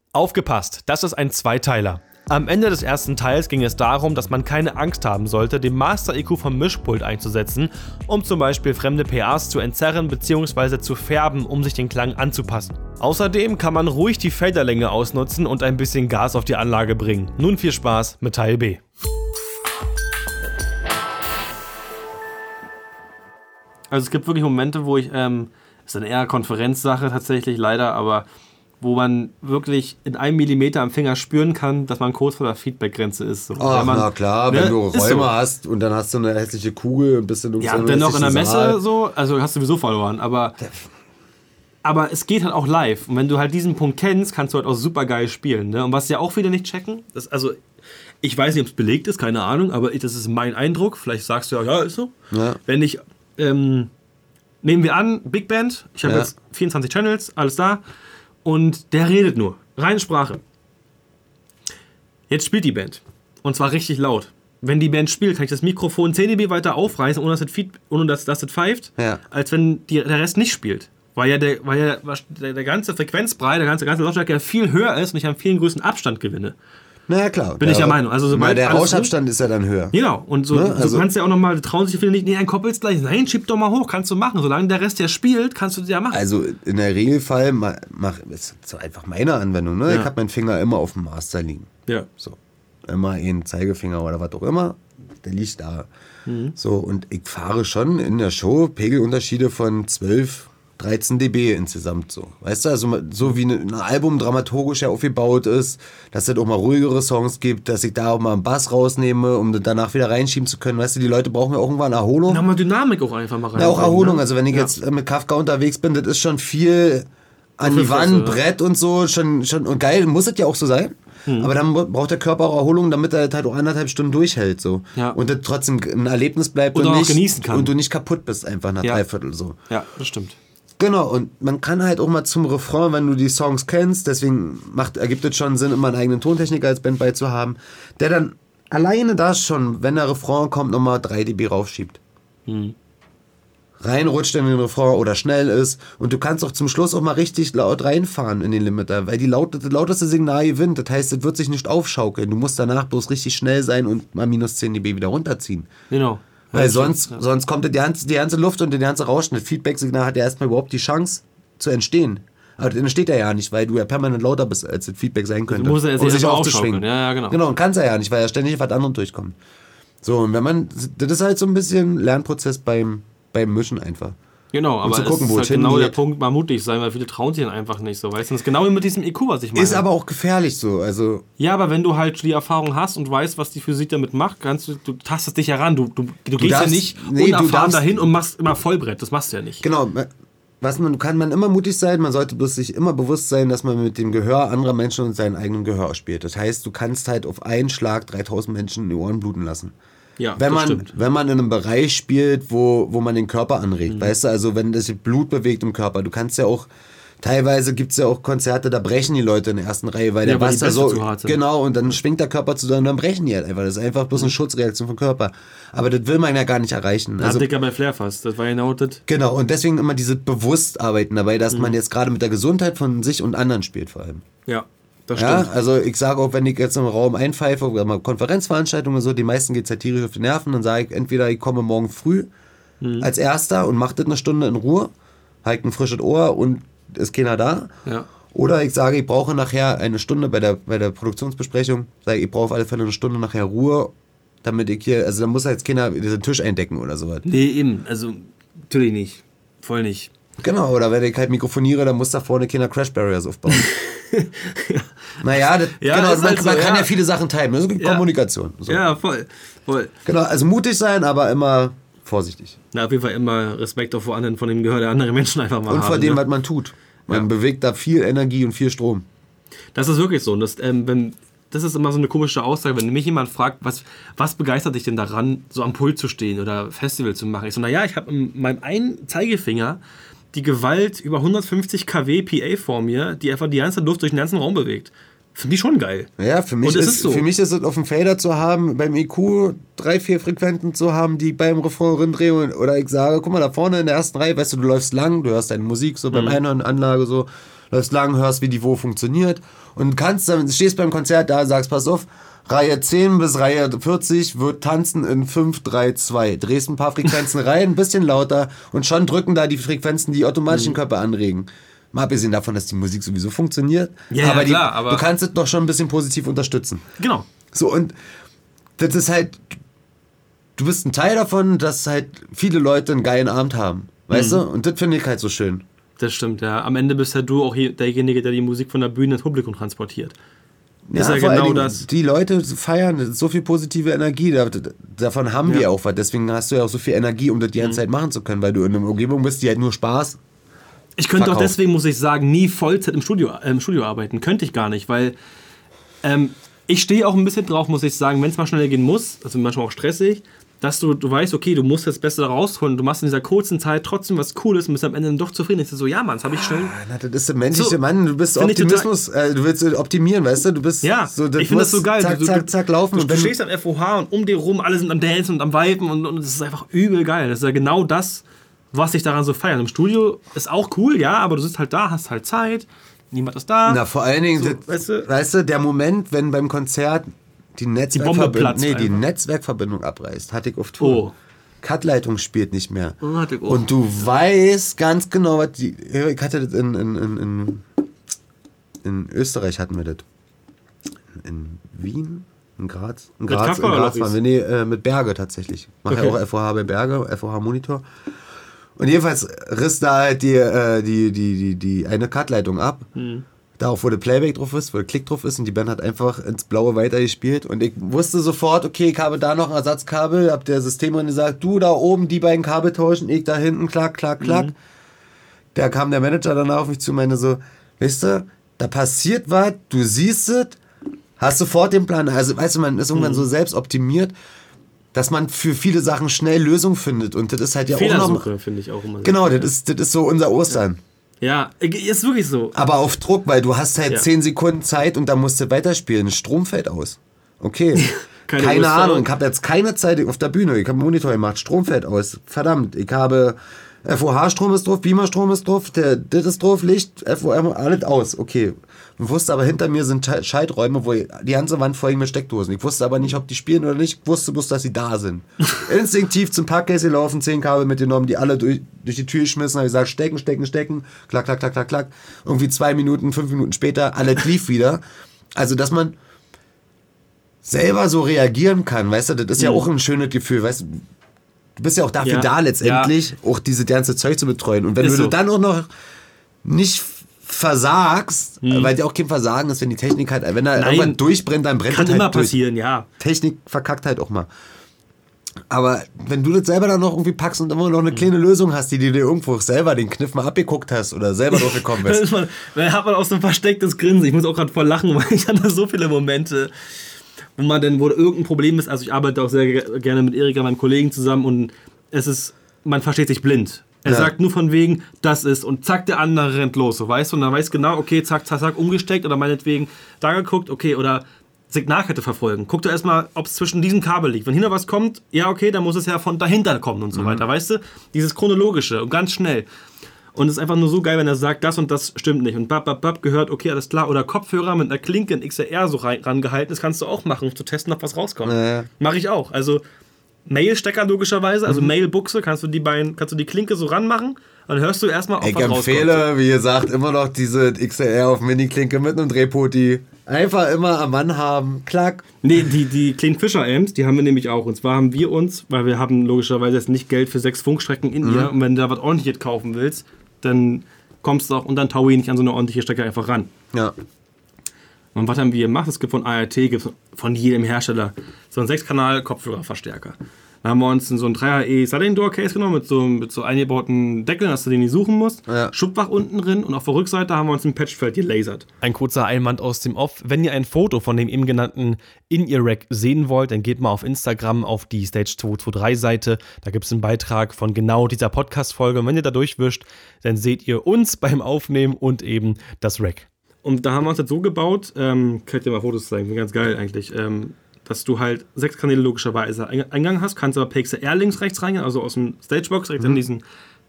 Aufgepasst, das ist ein Zweiteiler. Am Ende des ersten Teils ging es darum, dass man keine Angst haben sollte, den Master-EQ vom Mischpult einzusetzen, um zum Beispiel fremde PAs zu entzerren bzw. zu färben, um sich den Klang anzupassen. Außerdem kann man ruhig die Faderlänge ausnutzen und ein bisschen Gas auf die Anlage bringen. Nun viel Spaß mit Teil B. Also es gibt wirklich Momente, wo ich, ist dann eher Konferenzsache tatsächlich leider, aber wo man wirklich in 1 Millimeter am Finger spüren kann, dass man kurz vor der Feedback-Grenze ist. So. Ach, na klar, wenn du Räume hast und dann hast du eine hässliche Kugel und bist dann ja, und dann noch in der Messe so, also hast du sowieso verloren, aber es geht halt auch live. Und wenn du halt diesen Punkt kennst, kannst du halt auch super geil spielen. Ne? Und was ja auch viele nicht checken, also ich weiß nicht, ob es belegt ist, keine Ahnung, aber das ist mein Eindruck. Vielleicht sagst du ja, ist so. Ja. Wenn ich, nehmen wir an, Big Band, ich habe jetzt 24 Channels, alles da. Und der redet nur. Reine Sprache. Jetzt spielt die Band. Und zwar richtig laut. Wenn die Band spielt, kann ich das Mikrofon 10 dB weiter aufreißen, ohne dass das pfeift, als wenn der Rest nicht spielt. Weil der ganze Frequenzbrei, der ganze Lautstärke ja viel höher ist und ich einen viel größeren Abstand gewinne. Na ja, klar. Bin ich der Meinung. Also, der Rauschabstand ist ja dann höher. Genau. Und so, ne? Also, du kannst ja auch nochmal, trauen sich viele nicht, nee, ein koppelst gleich. Nein, schieb doch mal hoch, kannst du machen. Solange der Rest ja spielt, kannst du das ja machen. Also in der Regelfall, ist so einfach meine Anwendung, ne? Ja. Ich habe meinen Finger immer auf dem Master liegen. Ja. So. Immer einen Zeigefinger oder was auch immer, der liegt da. Mhm. So, und ich fahre schon in der Show Pegelunterschiede von 12, 13 dB insgesamt so. Weißt du, also so wie ein Album dramaturgisch ja aufgebaut ist, dass es auch mal ruhigere Songs gibt, dass ich da auch mal einen Bass rausnehme, um danach wieder reinschieben zu können. Weißt du, die Leute brauchen ja auch irgendwann Erholung. Nochmal Dynamik auch einfach mal rein. Ja, auch Erholung. Ne? Also wenn ich jetzt mit Kafka unterwegs bin, das ist schon viel an die Wand, Brett und so. Schon und geil, muss es ja auch so sein. Aber dann braucht der Körper auch Erholung, damit er halt auch 1,5 Stunden durchhält. So. Ja. Und das trotzdem ein Erlebnis bleibt und nicht genießen kann. Und du nicht kaputt bist einfach nach 3/4 so. Ja, das stimmt. Genau, und man kann halt auch mal zum Refrain, wenn du die Songs kennst, deswegen ergibt es schon Sinn, immer einen eigenen Tontechniker als Band beizuhaben, der dann alleine das schon, wenn der Refrain kommt, nochmal 3 dB raufschiebt. Reinrutscht in den Refrain oder schnell ist und du kannst auch zum Schluss auch mal richtig laut reinfahren in den Limiter, weil das lauteste Signal gewinnt, das heißt, es wird sich nicht aufschaukeln, du musst danach bloß richtig schnell sein und mal minus 10 dB wieder runterziehen. Genau. Weil sonst kommt die ganze Luft und die ganze Rauschen. Das Feedback-Signal hat ja erstmal überhaupt die Chance zu entstehen. Aber das entsteht ja nicht, weil du ja permanent lauter bist, als das Feedback sein könnte. Du musst ja sich aufzuschwingen. Ja, genau. Genau, und kann es ja nicht, weil ja ständig was anderes durchkommt. So, und das ist halt so ein bisschen Lernprozess beim Mischen einfach. Genau, aber zu gucken, es ist halt genau der Punkt, mal mutig sein, weil viele trauen sich dann einfach nicht so, weißt du? Das ist genau wie mit diesem EQ, was ich meine. Ist aber auch gefährlich so, also... Ja, aber wenn du halt die Erfahrung hast und weißt, was die Physik damit macht, du tastest dich heran, du gehst ja nicht unerfahren dahin und machst immer Vollbrett, das machst du ja nicht. Genau, kann man immer mutig sein, man sollte bloß sich immer bewusst sein, dass man mit dem Gehör anderer Menschen und seinem eigenen Gehör spielt. Das heißt, du kannst halt auf einen Schlag 3000 Menschen in die Ohren bluten lassen. Ja, wenn man in einem Bereich spielt, wo man den Körper anregt, weißt du, also wenn das Blut bewegt im Körper, du kannst ja auch, teilweise gibt es ja auch Konzerte, da brechen die Leute in der ersten Reihe, weil der Bass da so, genau, und dann schwingt der Körper zusammen und dann brechen die halt einfach, das ist einfach bloß eine Schutzreaktion vom Körper, aber das will man ja gar nicht erreichen. Also Dicker bei Flair fast, das war genau das. Genau, und deswegen immer diese Bewusstarbeiten dabei, dass man jetzt gerade mit der Gesundheit von sich und anderen spielt vor allem. Ja. Das stimmt. Ja, also ich sage auch, wenn ich jetzt im Raum einpfeife oder mal Konferenzveranstaltungen und so, die meisten geht es halt tierisch auf die Nerven, dann sage ich entweder, ich komme morgen früh als Erster und mache das eine Stunde in Ruhe, halt ein frisches Ohr und ist keiner da. Ja. Oder ich sage, ich brauche nachher eine Stunde bei der Produktionsbesprechung, sage ich brauche auf alle Fälle eine Stunde nachher Ruhe, damit ich hier, also da muss jetzt keiner diesen Tisch eindecken oder sowas. Nee, eben, also natürlich nicht, voll nicht. Genau, oder wenn ich halt mikrofoniere, dann muss da vorne keiner Crash Barriers aufbauen. Naja, man kann ja viele Sachen teilen. Das ist Kommunikation. So. Ja, voll. Genau, also mutig sein, aber immer vorsichtig. Na, auf jeden Fall immer Respekt auch vor anderen, von dem Gehör der anderen Menschen einfach mal haben. Und vor dem, was man tut. Man bewegt da viel Energie und viel Strom. Das ist wirklich so. Und das ist immer so eine komische Aussage, wenn mich jemand fragt, was begeistert dich denn daran, so am Pult zu stehen oder Festival zu machen? Ich so, naja, ich habe in meinem einen Zeigefinger die Gewalt über 150 kW PA vor mir, die einfach die ganze Luft durch den ganzen Raum bewegt. Finde ich schon geil. Ja, für mich ist es auf dem Fader zu haben, beim EQ 3-4 Frequenzen zu haben, die beim Refrain rindrehen. Oder ich sage, guck mal, da vorne in der ersten Reihe, weißt du läufst lang, du hörst deine Musik so beim Einhorn-Anlage so, läufst lang, hörst, wie die wo funktioniert und stehst beim Konzert da, sagst, pass auf, Reihe 10 bis Reihe 40 wird tanzen in 5, 3, 2. Drehst ein paar Frequenzen rein, ein bisschen lauter und schon drücken da die Frequenzen, die automatisch den Körper anregen. Mal abgesehen davon, dass die Musik sowieso funktioniert. Ja, aber, klar, aber du kannst es doch schon ein bisschen positiv unterstützen. Genau. So, und das ist halt, du bist ein Teil davon, dass halt viele Leute einen geilen Abend haben. Weißt du? Und das finde ich halt so schön. Das stimmt, ja. Am Ende bist ja du auch derjenige, der die Musik von der Bühne ins Publikum transportiert. Ja, ist ja genau das. Die Leute feiern so viel positive Energie, davon haben wir auch was. Deswegen hast du ja auch so viel Energie, um das die ganze Zeit machen zu können, weil du in einer Umgebung bist, die halt nur Spaß. Ich könnte auch deswegen, muss ich sagen, nie Vollzeit im Studio arbeiten. Könnte ich gar nicht, weil ich stehe auch ein bisschen drauf, muss ich sagen, wenn es mal schneller gehen muss, also manchmal auch stressig, dass du weißt, okay, du musst jetzt das Beste da rausholen, du machst in dieser kurzen Zeit trotzdem was Cooles und bist am Ende dann doch zufrieden. Ich so, ja, Mann, das habe ich schnell. Das ist der menschliche Mann, du bist Optimismus, du willst optimieren, weißt du, du bist so, ich finde das so geil. Zack, laufen. Du stehst am FOH und um dir rum, alle sind am Dancen und am Viben und es ist einfach übel geil. Das ist ja genau das, was ich daran so feiere. Im Studio ist auch cool, ja, aber du sitzt halt da, hast halt Zeit, niemand ist da. Na, vor allen Dingen, so, weißt du, der Moment, wenn beim Konzert die Netzwerkverbindung abreißt, hatte ich auf Tour. Oh. Cut-Leitung spielt nicht mehr. Und du weißt ganz genau, was ich hatte das in Österreich hatten wir das. In Wien? In Graz? In Graz waren wir. Nee, mit Berge tatsächlich. Mache ja auch FOH bei Berge, FOH Monitor. Und jedenfalls riss da halt die eine Cut-Leitung ab. Darauf, wo der Playback drauf ist, wo der Klick drauf ist und die Band hat einfach ins Blaue weitergespielt und ich wusste sofort, okay, ich habe da noch ein Ersatzkabel, hab der Systemerin gesagt, du da oben die beiden Kabel tauschen, ich da hinten, klack, klack, klack. Da kam der Manager danach auf mich zu und meinte so, weißt du, da passiert was, du siehst es, hast sofort den Plan, also weißt du, man ist irgendwann so selbst optimiert, dass man für viele Sachen schnell Lösungen findet und das ist halt ja Fehlersuche, auch noch, finde ich auch immer. Genau, das ist so unser Ostern. Ja, ist wirklich so. Aber auf Druck, weil du hast halt 10 Sekunden Zeit und da musst du weiterspielen. Strom fällt aus. Okay. Keine Ahnung, ich habe jetzt keine Zeit auf der Bühne. Ich habe einen Monitor gemacht, Strom fällt aus. Verdammt, ich habe FOH-Strom ist drauf, Beamer-Strom ist drauf, das ist drauf, Licht, FOM, alles aus. Okay. Ich wusste aber, hinter mir sind Schalträume, wo die ganze Wand voll mit Steckdosen. Ich wusste aber nicht, ob die spielen oder nicht. Ich wusste bloß, dass sie da sind. Instinktiv zum Parkcase gelaufen, 10 Kabel mitgenommen, die alle durch die Tür geschmissen. Habe gesagt, stecken. Klack, klack, klack, klack, klack. Irgendwie 2 Minuten, 5 Minuten später, alles lief wieder. Also, dass man selber so reagieren kann, weißt du, das ist ja auch ein schönes Gefühl, weißt du. Du bist ja auch dafür da letztendlich, auch diese ganze Zeug zu betreuen. Und wenn du dann auch noch nicht versagst, weil dir auch kein Versagen ist, wenn die Technik halt, wenn da irgendwann durchbrennt, dann brennt kann halt immer passieren, ja. Technik verkackt halt auch mal. Aber wenn du das selber dann noch irgendwie packst und immer noch eine kleine Lösung hast, die dir irgendwo selber den Kniff mal abgeguckt hast oder selber drauf gekommen bist. Dann hat man auch so ein verstecktes Grinsen. Ich muss auch gerade voll lachen, weil ich hatte so viele Momente, wo irgendein Problem ist. Also ich arbeite auch sehr gerne mit Erika, meinem Kollegen, zusammen und man versteht sich blind. Er sagt nur von wegen, das ist, und zack, der andere rennt los, so, weißt du, und dann weiß genau, okay, zack, zack, zack, umgesteckt oder meinetwegen da geguckt, okay, oder Signalkette verfolgen. Guck doch erstmal, ob es zwischen diesem Kabel liegt. Wenn hinter was kommt, ja, okay, dann muss es ja von dahinter kommen und so weiter, weißt du? Dieses Chronologische und ganz schnell. Und es ist einfach nur so geil, wenn er sagt, das und das stimmt nicht. Und bap, gehört, okay, alles klar. Oder Kopfhörer mit einer Klinke in XLR so rangehalten, das kannst du auch machen, um zu testen, ob was rauskommt. Mache ich auch. Also Mail-Stecker logischerweise, also Mail-Buchse, kannst du die Klinke so ranmachen, dann hörst du erstmal, ob was rauskommt. Ich empfehle, wie gesagt, immer noch diese XLR auf Mini-Klinke mit einem Drehpoti. Einfach immer am Mann haben, klack. Nee, die Clean Fisher Amps, die haben wir nämlich auch. Und zwar haben wir uns, weil wir haben logischerweise jetzt nicht Geld für 6 Funkstrecken in ihr, und wenn du da was ordentliches kaufen willst, dann kommst du auch unter ein Taui nicht an so eine ordentliche Strecke einfach ran. Ja. Und was haben wir gemacht? Es gibt von ART, gibt von jedem Hersteller so einen 6-Kanal-Kopfhörerverstärker. Dann haben wir uns so ein 3HE Sliding Door Case genommen mit so eingebauten Deckeln, dass du den nicht suchen musst. Ja. Schubfach unten drin und auf der Rückseite haben wir uns ein Patchfeld gelasert. Ein kurzer Einwand aus dem Off. Wenn ihr ein Foto von dem eben genannten In-Ear-Rack sehen wollt, dann geht mal auf Instagram auf die Stage 223 Seite. Da gibt es einen Beitrag von genau dieser Podcast-Folge. Und wenn ihr da durchwischt, dann seht ihr uns beim Aufnehmen und eben das Rack. Und da haben wir uns das so gebaut, kann ich dir mal Fotos zeigen, ganz geil eigentlich, dass du halt 6 Kanäle logischerweise Eingang hast, kannst aber PXR links, rechts reingehen, also aus dem Stagebox direkt in diesen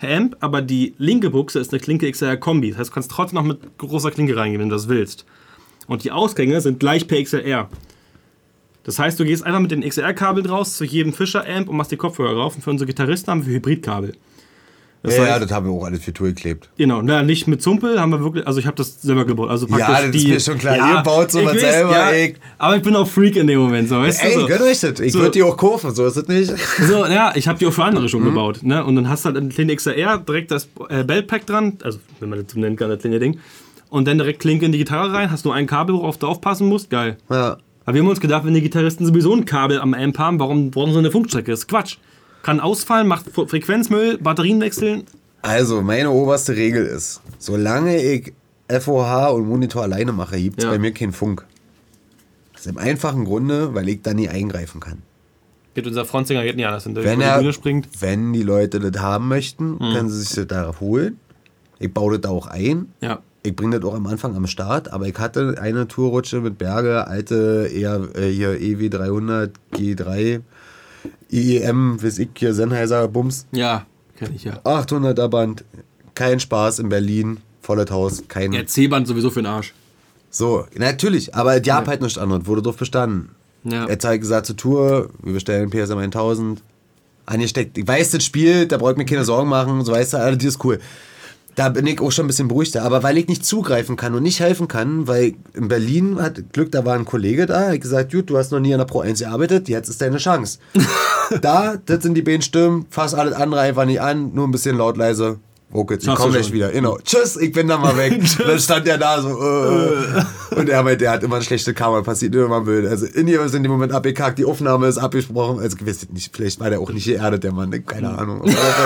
Amp, aber die linke Buchse ist eine Klinke XLR-Kombi. Das heißt, du kannst trotzdem noch mit großer Klinke reingehen, wenn du das willst. Und die Ausgänge sind gleich per XLR. Das heißt, du gehst einfach mit den XLR-Kabeln raus zu jedem Fischer-Amp und machst die Kopfhörer rauf. Und für unsere Gitarristen haben wir Hybridkabel. Das heißt, das haben wir auch alles für Tour geklebt. Genau, nicht mit Zumpel, haben wir wirklich, also ich habe das selber gebaut. Also ja, das ist mir schon klar, ihr baut sowas selber. Ja, aber ich bin auch Freak in dem Moment, so, weißt du? So. Gönnt euch das. Ich würde die auch kaufen, so ist das nicht. So, ja, ich habe die auch für andere schon gebaut, ne? Und dann hast du halt einen kleinen XLR, direkt das Bellpack dran, also wenn man das so nennen kann, das kleine Ding. Und dann direkt Klinke in die Gitarre rein, hast nur ein Kabel, worauf du aufpassen musst, geil. Ja. Aber wir haben uns gedacht, wenn die Gitarristen sowieso ein Kabel am Amp haben, warum brauchen sie eine Funkstrecke? Das ist Quatsch. Kann ausfallen, macht Frequenzmüll, Batterien wechseln. Also, meine oberste Regel ist, solange ich FOH und Monitor alleine mache, gibt es bei mir keinen Funk. Das ist im einfachen Grunde, weil ich da nie eingreifen kann. Geht unser Frontsänger nicht anders, wenn der über die Bühne springt. Wenn die Leute das haben möchten, können sie sich das da holen. Ich baue das da auch ein. Ja. Ich bringe das auch am Anfang am Start, aber ich hatte eine Tourrutsche mit Berge, alte hier EW300 G3 IEM, weiß ich, hier Sennheiser Bums. Ja. Kenn ich, ja. 800er Band, kein Spaß in Berlin, volles Haus, kein... Ja, C-Band sowieso für den Arsch. So, natürlich, aber die haben halt nichts anderes, wurde drauf bestanden. Ja. Er hat gesagt zur Tour, wir bestellen PSM 1000, angesteckt, ich weiß, das Spiel, da braucht mir keine Sorgen machen, so weißt du, alles ist cool. Da bin ich auch schon ein bisschen beruhigter, aber weil ich nicht zugreifen kann und nicht helfen kann, weil in Berlin hat Glück, da war ein Kollege da, hat gesagt, gut, du hast noch nie an der Pro 1 gearbeitet, jetzt ist deine Chance. Das sind die beiden Stimmen, fass alles andere einfach nicht an, nur ein bisschen laut, leise. Okay, ich komme gleich wieder. Genau. Tschüss, ich bin dann mal weg. Dann stand der da so. Und er meint, der hat immer eine schlechte Kamera, passiert immer mal blöd. Also in ihr ist in dem Moment abgekackt, die Aufnahme ist abgesprochen. Also ich weiß nicht, vielleicht war der auch nicht geerdet, der Mann, keine Ahnung.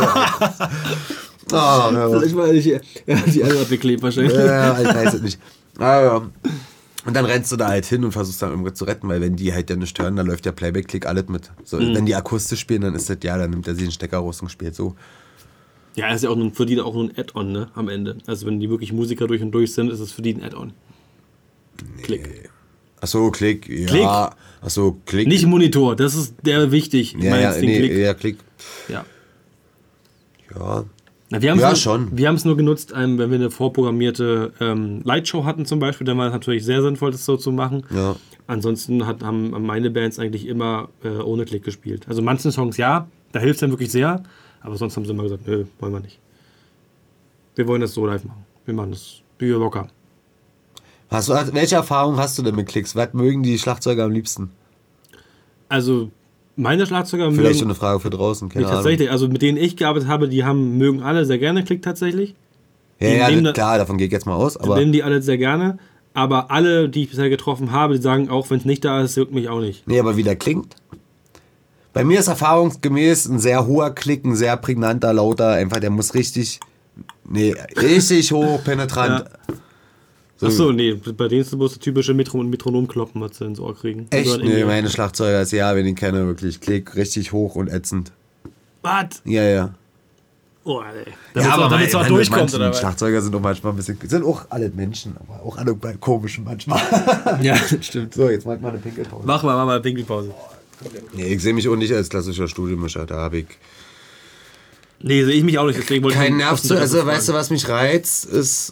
Vielleicht war er die Erde abgeklebt wahrscheinlich. Ja, ich weiß es nicht. Und dann rennst du da halt hin und versuchst dann irgendwas zu retten, weil wenn die halt ja nicht hören, dann läuft der Playback-Klick alles mit. So, wenn die akustisch spielen, dann ist das, ja, dann nimmt er sich einen Stecker raus und spielt so. Ja, ist ja auch für die auch nur ein Add-on, ne, am Ende. Also wenn die wirklich Musiker durch und durch sind, ist es für die ein Add-on. Klick. Achso, Klick, ja. Klick. Achso, Klick. Nicht Monitor, das ist der wichtig. Klick. Ja. Ja. Na, wir haben es nur genutzt, wenn wir eine vorprogrammierte Lightshow hatten zum Beispiel, dann war es natürlich sehr sinnvoll, das so zu machen. Ja. Ansonsten haben meine Bands eigentlich immer ohne Klick gespielt. Also manchen Songs ja, da hilft es dann wirklich sehr, aber sonst haben sie immer gesagt, nö, wollen wir nicht. Wir wollen das so live machen. Wir machen das locker. Welche Erfahrung hast du denn mit Klicks? Was mögen die Schlagzeuger am liebsten? Also meine Schlagzeuger mögen... Vielleicht schon eine Frage für draußen, keine Ahnung. Tatsächlich, also mit denen ich gearbeitet habe, mögen alle sehr gerne Klick tatsächlich. Klar, davon gehe ich jetzt mal aus. Aber nehmen die alle sehr gerne, aber alle, die ich bisher getroffen habe, die sagen auch, wenn es nicht da ist, juckt mich auch nicht. Nee, aber wie der klingt? Bei mir ist erfahrungsgemäß ein sehr hoher Klick, ein sehr prägnanter, lauter, einfach der muss richtig hoch, penetrant. Ja. So. Achso, nee, bei denen ist es bloß der typische Metronomkloppen, was sie ins Ohr kriegen. Echt? Nee, meine Schlagzeuger ist wenn ich kenne, wirklich Klick, richtig hoch und ätzend. Was? Ja. Oh, ey. Damit es auch durchkommt, oder was? Schlagzeuger sind auch manchmal ein bisschen, sind auch alle Menschen, aber auch alle komischen manchmal. Ja, stimmt. So, jetzt mal eine Pinkelpause. Mach mal eine Pinkelpause. Nee, ich sehe mich auch nicht als klassischer Studiomischer, da habe ich... Nee, sehe ich mich auch nicht, deswegen wollte ich... Kein Nerv zu, also weißt du, was mich reizt, ist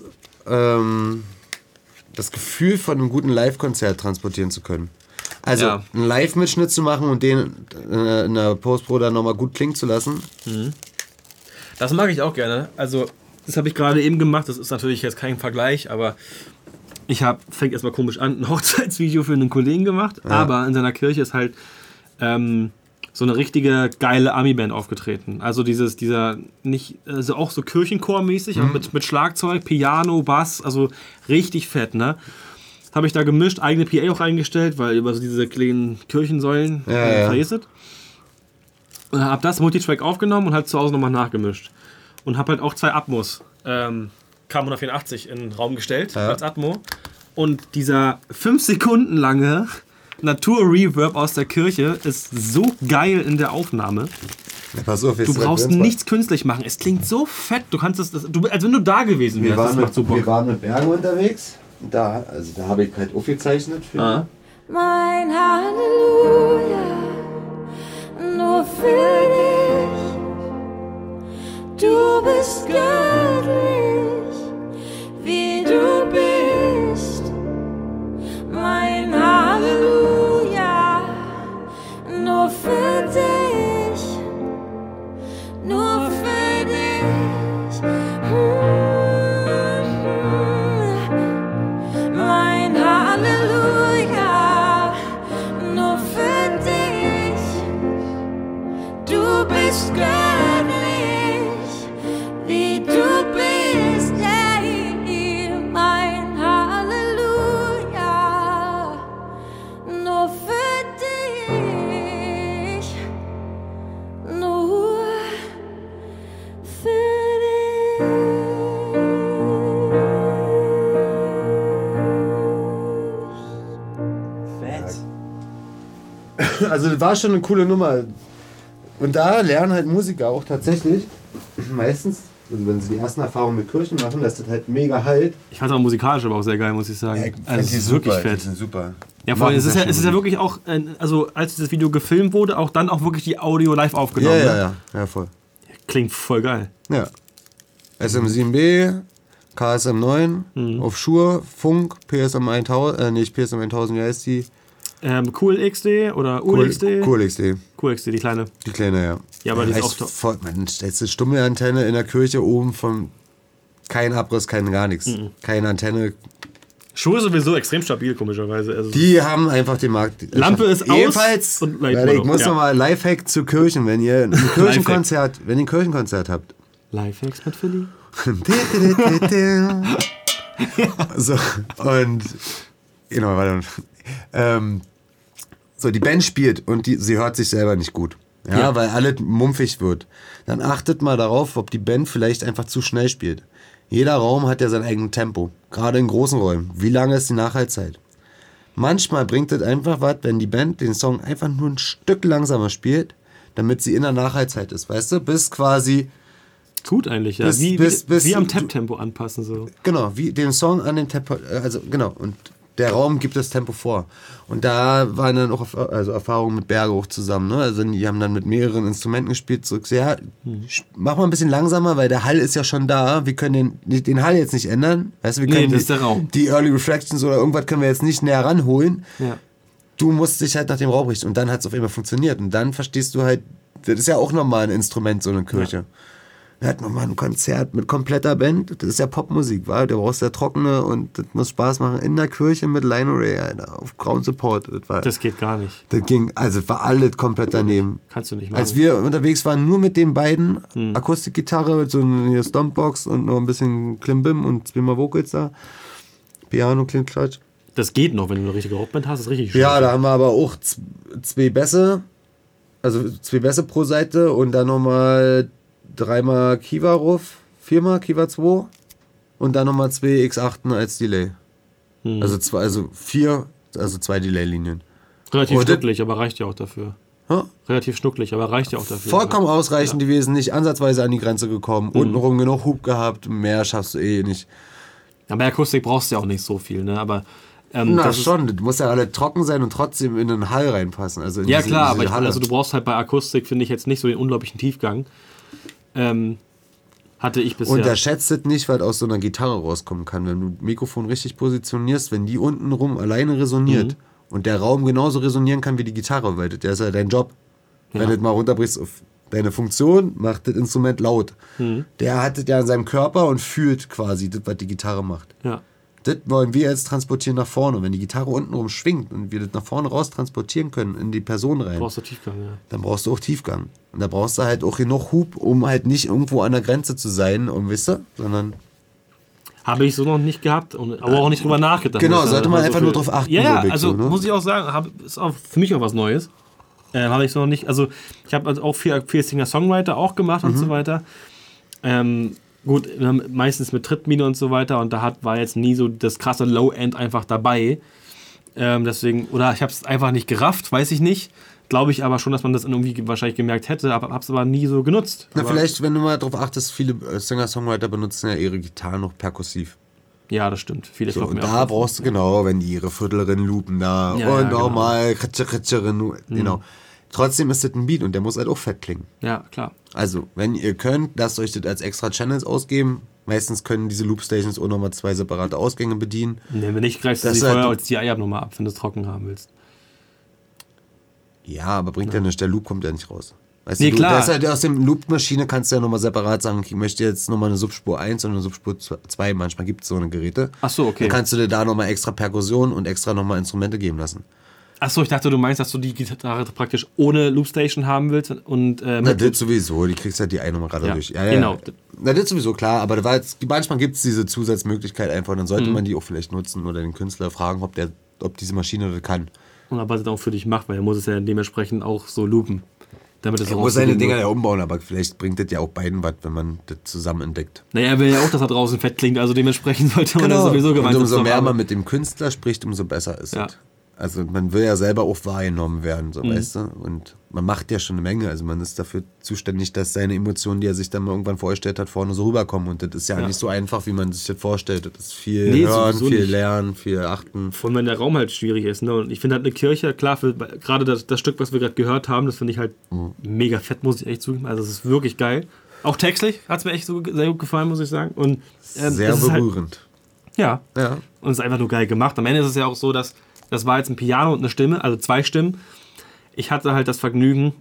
das Gefühl von einem guten Live-Konzert transportieren zu können. Also einen Live-Mitschnitt zu machen und den in der Post-Pro dann nochmal gut klingen zu lassen. Das mag ich auch gerne. Also das habe ich gerade eben gemacht, das ist natürlich jetzt kein Vergleich, aber fängt erstmal komisch an, ein Hochzeitsvideo für einen Kollegen gemacht, aber in seiner Kirche ist halt so eine richtige geile Ami-Band aufgetreten. Also also auch so Kirchenchor-mäßig, aber mit Schlagzeug, Piano, Bass, also richtig fett, ne? Habe ich da gemischt, eigene PA auch eingestellt, weil über so diese kleinen Kirchensäulen verjästet. Und habe das Multitrack aufgenommen und halt zu Hause nochmal nachgemischt. Und habe halt auch 2 Atmos K184 in den Raum gestellt als Atmo. Und dieser 5 Sekunden lange Natur-Reverb aus der Kirche ist so geil in der Aufnahme. Ja, pass auf, du brauchst nichts künstlich machen. Es klingt so fett. Du kannst als wenn du da gewesen wärst. Wir waren mit Bergen unterwegs. Da habe ich halt aufgezeichnet. Mein Halleluja, nur für dich. Du bist göttlich, wie du bist. Mein Halleluja, nur für dich, nur für dich. Mein Halleluja, nur für dich. Du bist göttlich, wie du bist, ey, mein Halleluja, nur für dich, nur für Fett. Also das war schon eine coole Nummer. Und da lernen halt Musiker auch tatsächlich meistens, also wenn sie die ersten Erfahrungen mit Kirchen machen, dass das halt mega halt. Ich fand es auch musikalisch aber auch sehr geil, muss ich sagen. Ja, also es ist wirklich fett. Die sind super. Ja, vor allem, es ist ja wirklich auch, also als dieses Video gefilmt wurde, auch dann auch wirklich die Audio live aufgenommen. Ja, voll. Klingt voll geil. Ja. SM7B, KSM 9, auf Shure, Funk, PSM 1000, nicht PSM 1000, wie heißt die? Cool XD oder ULXD? Cool XD. Cool XD, die kleine. Die kleine, ja. Ja, aber die ist auch top. Man stellt eine stumme Antenne in der Kirche oben von kein Abriss, kein gar nichts. Keine Antenne. Schuhe sowieso extrem stabil, komischerweise. Also die haben einfach den Markt. Lampe ist aus. Jedenfalls, Und ich muss nochmal Lifehack zu Kirchen, wenn ihr ein Kirchenkonzert, habt. Lifehacks mit Philly. So, und genau, warte. So, die Band spielt und sie hört sich selber nicht gut. Ja, weil alles mumpfig wird. Dann achtet mal darauf, ob die Band vielleicht einfach zu schnell spielt. Jeder Raum hat ja sein eigenes Tempo. Gerade in großen Räumen. Wie lange ist die Nachhaltzeit? Manchmal bringt es einfach was, wenn die Band den Song einfach nur ein Stück langsamer spielt, damit sie in der Nachhaltzeit ist. Weißt du? Bis quasi... Gut eigentlich, ja. Wie am Tap-Tempo anpassen. So. Genau, wie den Song an den Tempo... Also, genau. Und der Raum gibt das Tempo vor. Und da waren dann auch Erfahrungen mit Berge auch zusammen. Ne? Also die haben dann mit mehreren Instrumenten gespielt. So, ja, mach mal ein bisschen langsamer, weil der Hall ist ja schon da. Wir können den Hall jetzt nicht ändern. Weißt du, wir können das ist der Raum. Die Early Reflections oder irgendwas können wir jetzt nicht näher ranholen. Ja. Du musst dich halt nach dem Raum richten. Und dann hat es auf einmal funktioniert. Und dann verstehst du halt, das ist ja auch nochmal ein Instrument, so eine Kirche. Ja. Wir hatten nochmal ein Konzert mit kompletter Band. Das ist ja Popmusik, wa? Du brauchst ja trockene und das muss Spaß machen. In der Kirche mit Line Array, Alter, auf Ground Support. Das geht gar nicht. Das ging, also war alles komplett daneben. Kannst du nicht machen. Als wir unterwegs waren, nur mit den beiden, Akustikgitarre mit so einer Stompbox und noch ein bisschen Klimbim und zweimal Vocals da. Piano, Klatsch. Das geht noch, wenn du eine richtige Rockband hast, ist richtig schön. Ja, da haben wir aber auch zwei Bässe, also 2 Bässe pro Seite und dann nochmal 3-mal Kiva-Ruf, 4-mal Kiva 2 und dann nochmal 2 X8 als Delay. Also 2 Delay-Linien. Relativ schnucklig, aber reicht ja auch dafür. Huh? Relativ schnucklig, aber reicht ja auch dafür. Vollkommen ausreichend gewesen, nicht ansatzweise an die Grenze gekommen, untenrum genug Hub gehabt, mehr schaffst du eh nicht. Aber Akustik brauchst du ja auch nicht so viel, ne? Aber das schon, das muss ja alle trocken sein und trotzdem in den Hall reinpassen. Also in klar, aber also du brauchst halt bei Akustik, finde ich, jetzt nicht so den unglaublichen Tiefgang. Hatte ich bisher. Unterschätzt es nicht, was aus so einer Gitarre rauskommen kann. Wenn du das Mikrofon richtig positionierst, wenn die untenrum alleine resoniert und der Raum genauso resonieren kann wie die Gitarre, weil das ist ja dein Job. Wenn du das mal runterbrichst auf deine Funktion, macht das Instrument laut. Der hat das ja in seinem Körper und fühlt quasi das, was die Gitarre macht. Ja. Das wollen wir jetzt transportieren nach vorne. Und wenn die Gitarre untenrum schwingt und wir das nach vorne raus transportieren können, in die Person rein, Brauchst du Tiefgang, ja. Dann brauchst du auch Tiefgang. Und da brauchst du halt auch genug Hub, um halt nicht irgendwo an der Grenze zu sein, weißt du, sondern... Habe ich so noch nicht gehabt, aber auch nicht drüber nachgedacht. Genau, sollte man einfach nur drauf achten. Ja, also ne? Muss ich auch sagen, ist auch für mich auch was Neues. Habe ich so noch nicht, also ich habe also auch viel Singer-Songwriter auch gemacht und so weiter. Gut, meistens mit Trittmine und so weiter und da war jetzt nie so das krasse Low-End einfach dabei. Deswegen, oder ich habe es einfach nicht gerafft, weiß ich nicht. Glaube ich aber schon, dass man das irgendwie wahrscheinlich gemerkt hätte, aber habe es aber nie so genutzt. Na, vielleicht, wenn du mal darauf achtest, viele Singer-Songwriter benutzen ja ihre Gitarren noch perkussiv. Ja, das stimmt. Viele so, und da brauchst du, genau, wenn die ihre Viertlerin loopen da und nochmal Kritsche, genau. Trotzdem ist das ein Beat und der muss halt auch fett klingen. Ja, klar. Also, wenn ihr könnt, lasst euch das als extra Channels ausgeben. Meistens können diese Loop-Stations auch nochmal 2 separate Ausgänge bedienen. Nee, wenn nicht, greifst du Das sie ist halt- vorher als die Eiabnummer ab, wenn du es trocken haben willst. Ja, aber bringt ja nichts, der Loop kommt ja nicht raus. Weißt Nee, du, klar. Das ist halt aus dem Loop-Maschine kannst du ja nochmal separat sagen, okay, ich möchte jetzt nochmal eine Subspur 1 und eine Subspur 2. Manchmal gibt es so eine Geräte. Ach so, okay. Dann kannst du dir da nochmal extra Perkussion und extra nochmal Instrumente geben lassen. Achso, ich dachte, du meinst, dass du die Gitarre praktisch ohne Loopstation haben willst und Na, mit das sowieso, die kriegst halt die Einnummer gerade Ja, durch. genau. Na, das sowieso, klar, aber da war jetzt, manchmal gibt es diese Zusatzmöglichkeit einfach, dann sollte man die auch vielleicht nutzen oder den Künstler fragen, ob diese Maschine das kann. und was es auch für dich macht, weil er muss es ja dementsprechend auch so loopen. Damit es Er auch muss seine aussehen Dinger wird. ja umbauen, aber vielleicht bringt das ja auch beiden was, wenn man das zusammen entdeckt. Naja, er will ja auch, dass er draußen fett klingt, also dementsprechend sollte man das sowieso und gemeinsam umso mehr man zusammenarbeiten. mit dem Künstler spricht, umso besser ist Ja. es. Also man will ja selber auch wahrgenommen werden, so weißt du. Und man macht ja schon eine Menge. Also man ist dafür zuständig, dass seine Emotionen, die er sich dann mal irgendwann vorgestellt hat, vorne so rüberkommen. Und das ist ja nicht so einfach, wie man sich das vorstellt. Das ist viel Nee, hören, sowieso viel nicht. lernen, viel achten. Vor allem, wenn der Raum halt schwierig ist. Ne? Und ich finde halt eine Kirche, klar, gerade das Stück, was wir gerade gehört haben, das finde ich halt mega fett, muss ich echt zugeben. Also es ist wirklich geil. Auch textlich hat es mir echt so sehr gut gefallen, muss ich sagen. Und Sehr es ist halt, berührend. ja. Ja. Und es ist einfach nur geil gemacht. Am Ende ist es ja auch so, dass das war jetzt ein Piano und eine Stimme, also 2 Stimmen. Ich hatte halt das Vergnügen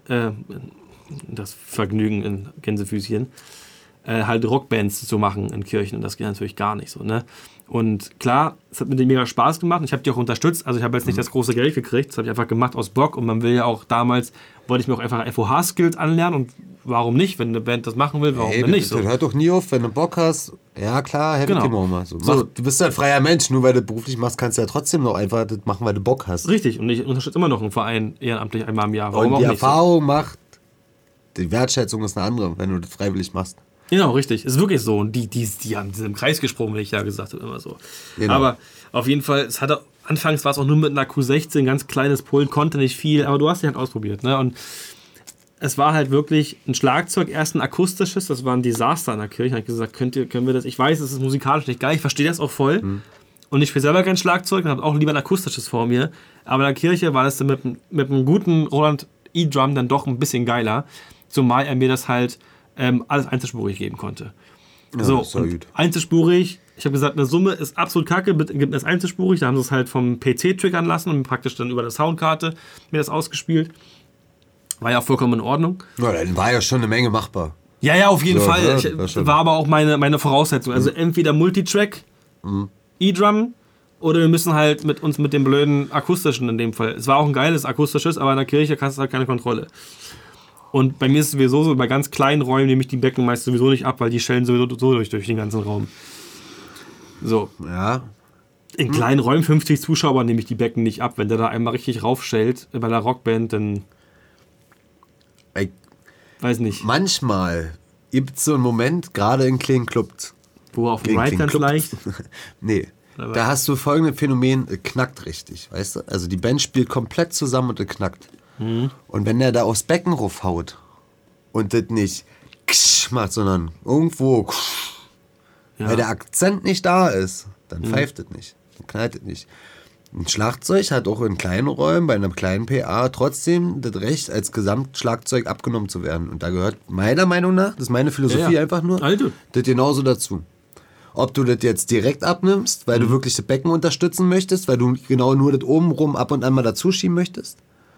in Gänsefüßchen, halt Rockbands zu machen in Kirchen. Und das geht natürlich gar nicht so. Ne? Und klar, es hat mir mega Spaß gemacht. Und ich habe die auch unterstützt. Also ich habe jetzt nicht das große Geld gekriegt. Das habe ich einfach gemacht aus Bock. Und man will ja auch damals, wollte ich mir auch einfach FOH-Skills anlernen. Und warum nicht? Wenn eine Band das machen will, warum Hey, denn nicht so? das hört doch nie auf, wenn du Bock hast. Ja, klar, hätte Genau. ich auch mal. So. So. Du bist ja ein freier Mensch, nur weil du beruflich machst, kannst du ja trotzdem noch einfach das machen, weil du Bock hast. Richtig. Und ich unterstütze immer noch einen Verein ehrenamtlich einmal im Jahr. Warum Und auch die nicht so? Erfahrung macht, die Wertschätzung ist eine andere, wenn du das freiwillig machst. Genau, richtig. Ist wirklich so. Und die haben im Kreis gesprungen, wie ich ja gesagt habe, immer so. Genau. Aber auf jeden Fall, anfangs war es auch nur mit einer Q16, ganz kleines Pult, konnte nicht viel, aber du hast die halt ausprobiert. Ne? Und es war halt wirklich ein Schlagzeug, erst ein akustisches, das war ein Desaster in der Kirche. Da habe ich gesagt, können wir das? Ich weiß, es ist musikalisch nicht geil, ich verstehe das auch voll. Und ich spiele selber kein Schlagzeug und habe auch lieber ein akustisches vor mir. Aber in der Kirche war das dann mit einem guten Roland E-Drum dann doch ein bisschen geiler. Zumal er mir das halt alles einzelspurig geben konnte. Ja, so, das ist ja und gut. einzelspurig, ich habe gesagt, eine Summe ist absolut kacke, bitte gib mir das einzelspurig. Da haben sie es halt vom PC triggern lassen und praktisch dann über eine Soundkarte mir das ausgespielt. War ja auch vollkommen in Ordnung. Ja, dann war ja schon eine Menge machbar. Ja, auf jeden So, Fall. ja, Ich, war schon. war aber auch meine Voraussetzung. Also entweder Multitrack, E-Drum, oder wir müssen halt mit dem blöden akustischen in dem Fall. Es war auch ein geiles akustisches, aber in der Kirche hast du halt keine Kontrolle. Und bei mir ist es sowieso so, bei ganz kleinen Räumen nehme ich die Becken meist sowieso nicht ab, weil die schellen sowieso so durch den ganzen Raum. So, Ja. in kleinen Räumen, 50 Zuschauer, nehme ich die Becken nicht ab. Wenn der da einmal richtig raufschellt bei der Rockband, dann Ey, weiß nicht, manchmal gibt es so einen Moment, gerade in kleinen Clubs. wo auf dem Ride ganz leicht. Nee. Aber- Da hast du folgendes Phänomen, es knackt richtig, weißt du? Also die Band spielt komplett zusammen und es knackt. Und wenn der da aufs Becken raufhaut und das nicht ksch macht, sondern irgendwo ksch, Ja. weil der Akzent nicht da ist, dann pfeift es nicht, dann knallt es nicht. Ein Schlagzeug hat auch in kleinen Räumen, bei einem kleinen PA, trotzdem das Recht, als Gesamtschlagzeug abgenommen zu werden. Und da gehört meiner Meinung nach, das ist meine Philosophie Ja. einfach nur, Also. das genauso dazu. Ob du das jetzt direkt abnimmst, weil du wirklich das Becken unterstützen möchtest, weil du genau nur das obenrum ab und an mal dazu schieben möchtest.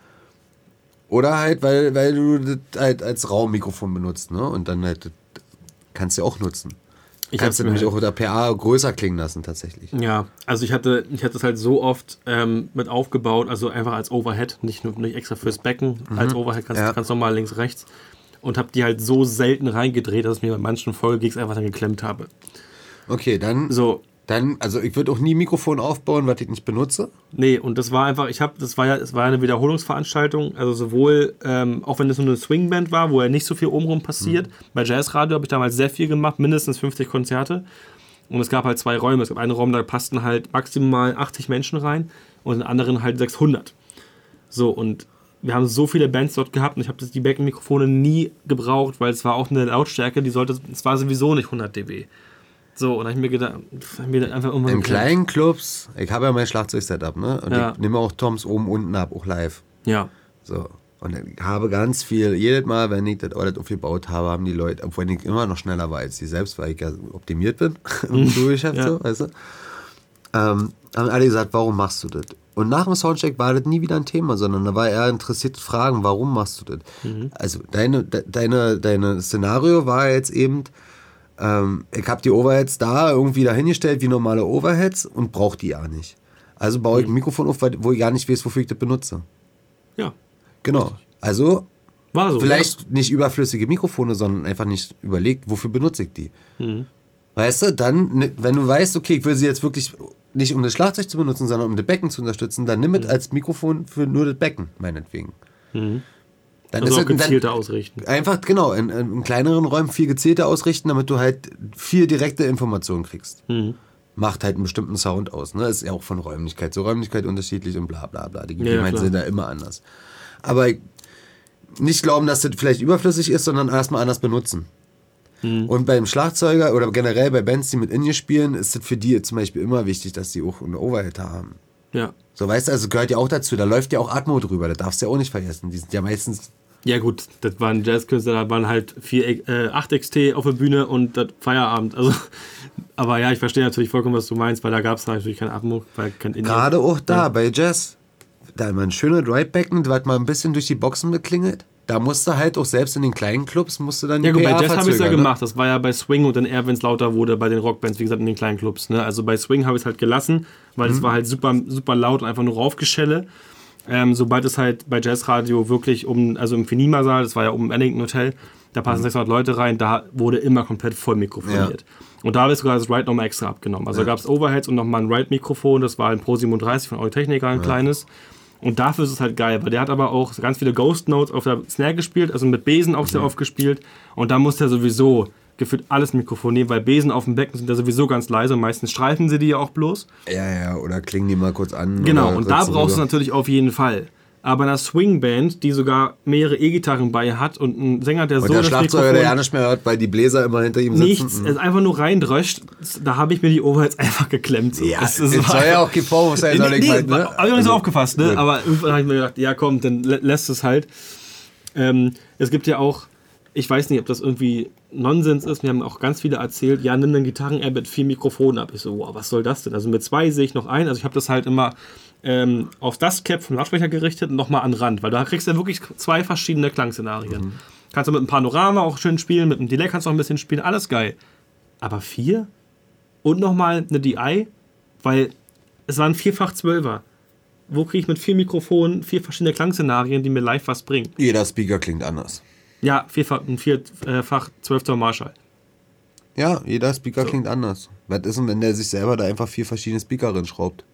Oder halt, weil du das halt als Raummikrofon benutzt, ne? Und dann halt, das kannst du ja auch nutzen. Ich Kannst du hab's mir nämlich halt- auch unter PA größer klingen lassen, tatsächlich. Ja, also ich hatte es halt so oft mit aufgebaut, also einfach als Overhead, nicht extra fürs Becken, als Overhead ganz normal links, rechts. Und habe die halt so selten reingedreht, dass ich mir bei manchen Vollgigs einfach dann geklemmt habe. Okay, dann, So, also ich würde auch nie Mikrofon aufbauen, was ich nicht benutze. nee, und das war einfach, es war ja eine Wiederholungsveranstaltung, also sowohl, auch wenn es nur eine Swingband war, wo ja nicht so viel obenrum passiert, bei Jazzradio habe ich damals sehr viel gemacht, mindestens 50 Konzerte. Und es gab halt 2 Räume. Es gab einen Raum, da passten halt maximal 80 Menschen rein und in den anderen halt 600. So, und wir haben so viele Bands dort gehabt und ich habe die Beckenmikrofone nie gebraucht, weil es war auch eine Lautstärke, es war sowieso nicht 100 dB. So, und da habe ich mir gedacht, einfach irgendwann In geklemmt. kleinen Clubs, ich habe ja mein Schlagzeug-Setup, ne? Und Ja. ich nehme auch Toms oben, unten ab, auch live. Ja. So. Und ich habe ganz viel, jedes Mal, wenn ich das Audit aufgebaut habe, haben die Leute, obwohl ich immer noch schneller war als die selbst, weil ich ja optimiert bin im Schulgeschäft, so, weißt du, haben alle gesagt, warum machst du das? Und nach dem Soundcheck war das nie wieder ein Thema, sondern da war er interessiert fragen, warum machst du das? Also deine Szenario war jetzt eben, ich habe die Overheads da irgendwie dahingestellt wie normale Overheads und brauche die ja nicht. Also baue ich ein Mikrofon auf, wo ich gar nicht weiß, wofür ich das benutze. Ja. Genau. Also War so, vielleicht nicht überflüssige Mikrofone, sondern einfach nicht überlegt, wofür benutze ich die. Weißt du, dann, wenn du weißt, okay, ich will sie jetzt wirklich nicht um das Schlagzeug zu benutzen, sondern um das Becken zu unterstützen, dann nimm es als Mikrofon für nur das Becken, meinetwegen. Dann Also ist auch gezielter ausrichten. Einfach, genau, in kleineren Räumen viel gezielter ausrichten, damit du halt viel direkte Informationen kriegst. Macht halt einen bestimmten Sound aus. Ne? Ist ja auch von Räumlichkeit zu Räumlichkeit unterschiedlich und bla bla bla. Die Gegebenheiten sind da immer anders. Aber nicht glauben, dass das vielleicht überflüssig ist, sondern erstmal anders benutzen. Und beim Schlagzeuger oder generell bei Bands, die mit Indie spielen, ist das für die zum Beispiel immer wichtig, dass die auch eine Overhead haben. Ja. So, weißt du, also gehört ja auch dazu. Da läuft ja auch Atmo drüber, das darfst du ja auch nicht vergessen. Die sind ja meistens... Ja gut, das waren Jazzkünstler, da waren halt 8 XT auf der Bühne und das Feierabend. Also, aber ja, ich verstehe natürlich vollkommen, was du meinst, weil da gab es natürlich kein Atmo, weil kein Indie. Gerade auch da, bei Jazz, da immer ein schönes Right-Becken, was mal ein bisschen durch die Boxen mitklingelt. Da musst du halt auch selbst in den kleinen Clubs, musst du dann die Ja gut, bei PA Jazz habe ich es ja verzögern, gemacht. Das war ja bei Swing und dann eher, wenn es lauter wurde, bei den Rockbands, wie gesagt, in den kleinen Clubs. Ne? Also bei Swing habe ich es halt gelassen, weil es war halt super, super laut und einfach nur Raufgeschelle. Sobald es halt bei Jazzradio wirklich also im Finima-Saal, das war ja oben im Ellington Hotel, da passen 600 Leute rein, da wurde immer komplett voll mikrofoniert. Ja. Und da habe ich sogar das Ride nochmal extra abgenommen. Also da gab es Overheads und nochmal ein Ride-Mikrofon, das war ein Pro 37 von Audio-Technica, ein kleines. Und dafür ist es halt geil, weil der hat aber auch ganz viele Ghost Notes auf der Snare gespielt, also mit Besen auch sehr oft gespielt. Und da muss der sowieso gefühlt alles Mikrofon nehmen, weil Besen auf dem Becken sind ja sowieso ganz leise und meistens streifen sie die ja auch bloß. Ja, oder klingen die mal kurz an. Genau, und da brauchst du natürlich auf jeden Fall. Aber eine Swingband, die sogar mehrere E-Gitarren bei hat und ein Sänger, der und so der das Schlagzeuger, der ja nicht mehr hört, weil die Bläser immer hinter ihm sitzen. Nichts, es einfach nur reindröscht, da habe ich mir die Overheads einfach geklemmt. So. Ja, das soll ja auch kein Vorwurf sein, soll ich meinen, ne? Hab ich noch nicht so aufgefasst, ne? Aber irgendwann habe ich mir gedacht, ja komm, dann lässt es halt. Es gibt ja auch, ich weiß nicht, ob das irgendwie Nonsens ist, mir haben auch ganz viele erzählt, ja, nimm den Gitarren-Amp mit 4 Mikrofonen ab. Ich so, wow, was soll das denn? Also mit 2 sehe ich noch ein, also ich habe das halt immer auf das Cap vom Lautsprecher gerichtet und nochmal an den Rand, weil da kriegst du ja wirklich 2 verschiedene Klangszenarien. Kannst du mit einem Panorama auch schön spielen, mit einem Delay kannst du auch ein bisschen spielen, alles geil. Aber 4? Und nochmal eine DI, weil es waren 4-fach-12er. Wo kriege ich mit 4 Mikrofonen 4 verschiedene Klangszenarien, die mir live was bringen? Jeder Speaker klingt anders. Ja, ein 4-fach 12er Marshall. Ja, jeder Speaker klingt anders. Was ist denn, wenn der sich selber da einfach 4 verschiedene Speaker drin schraubt?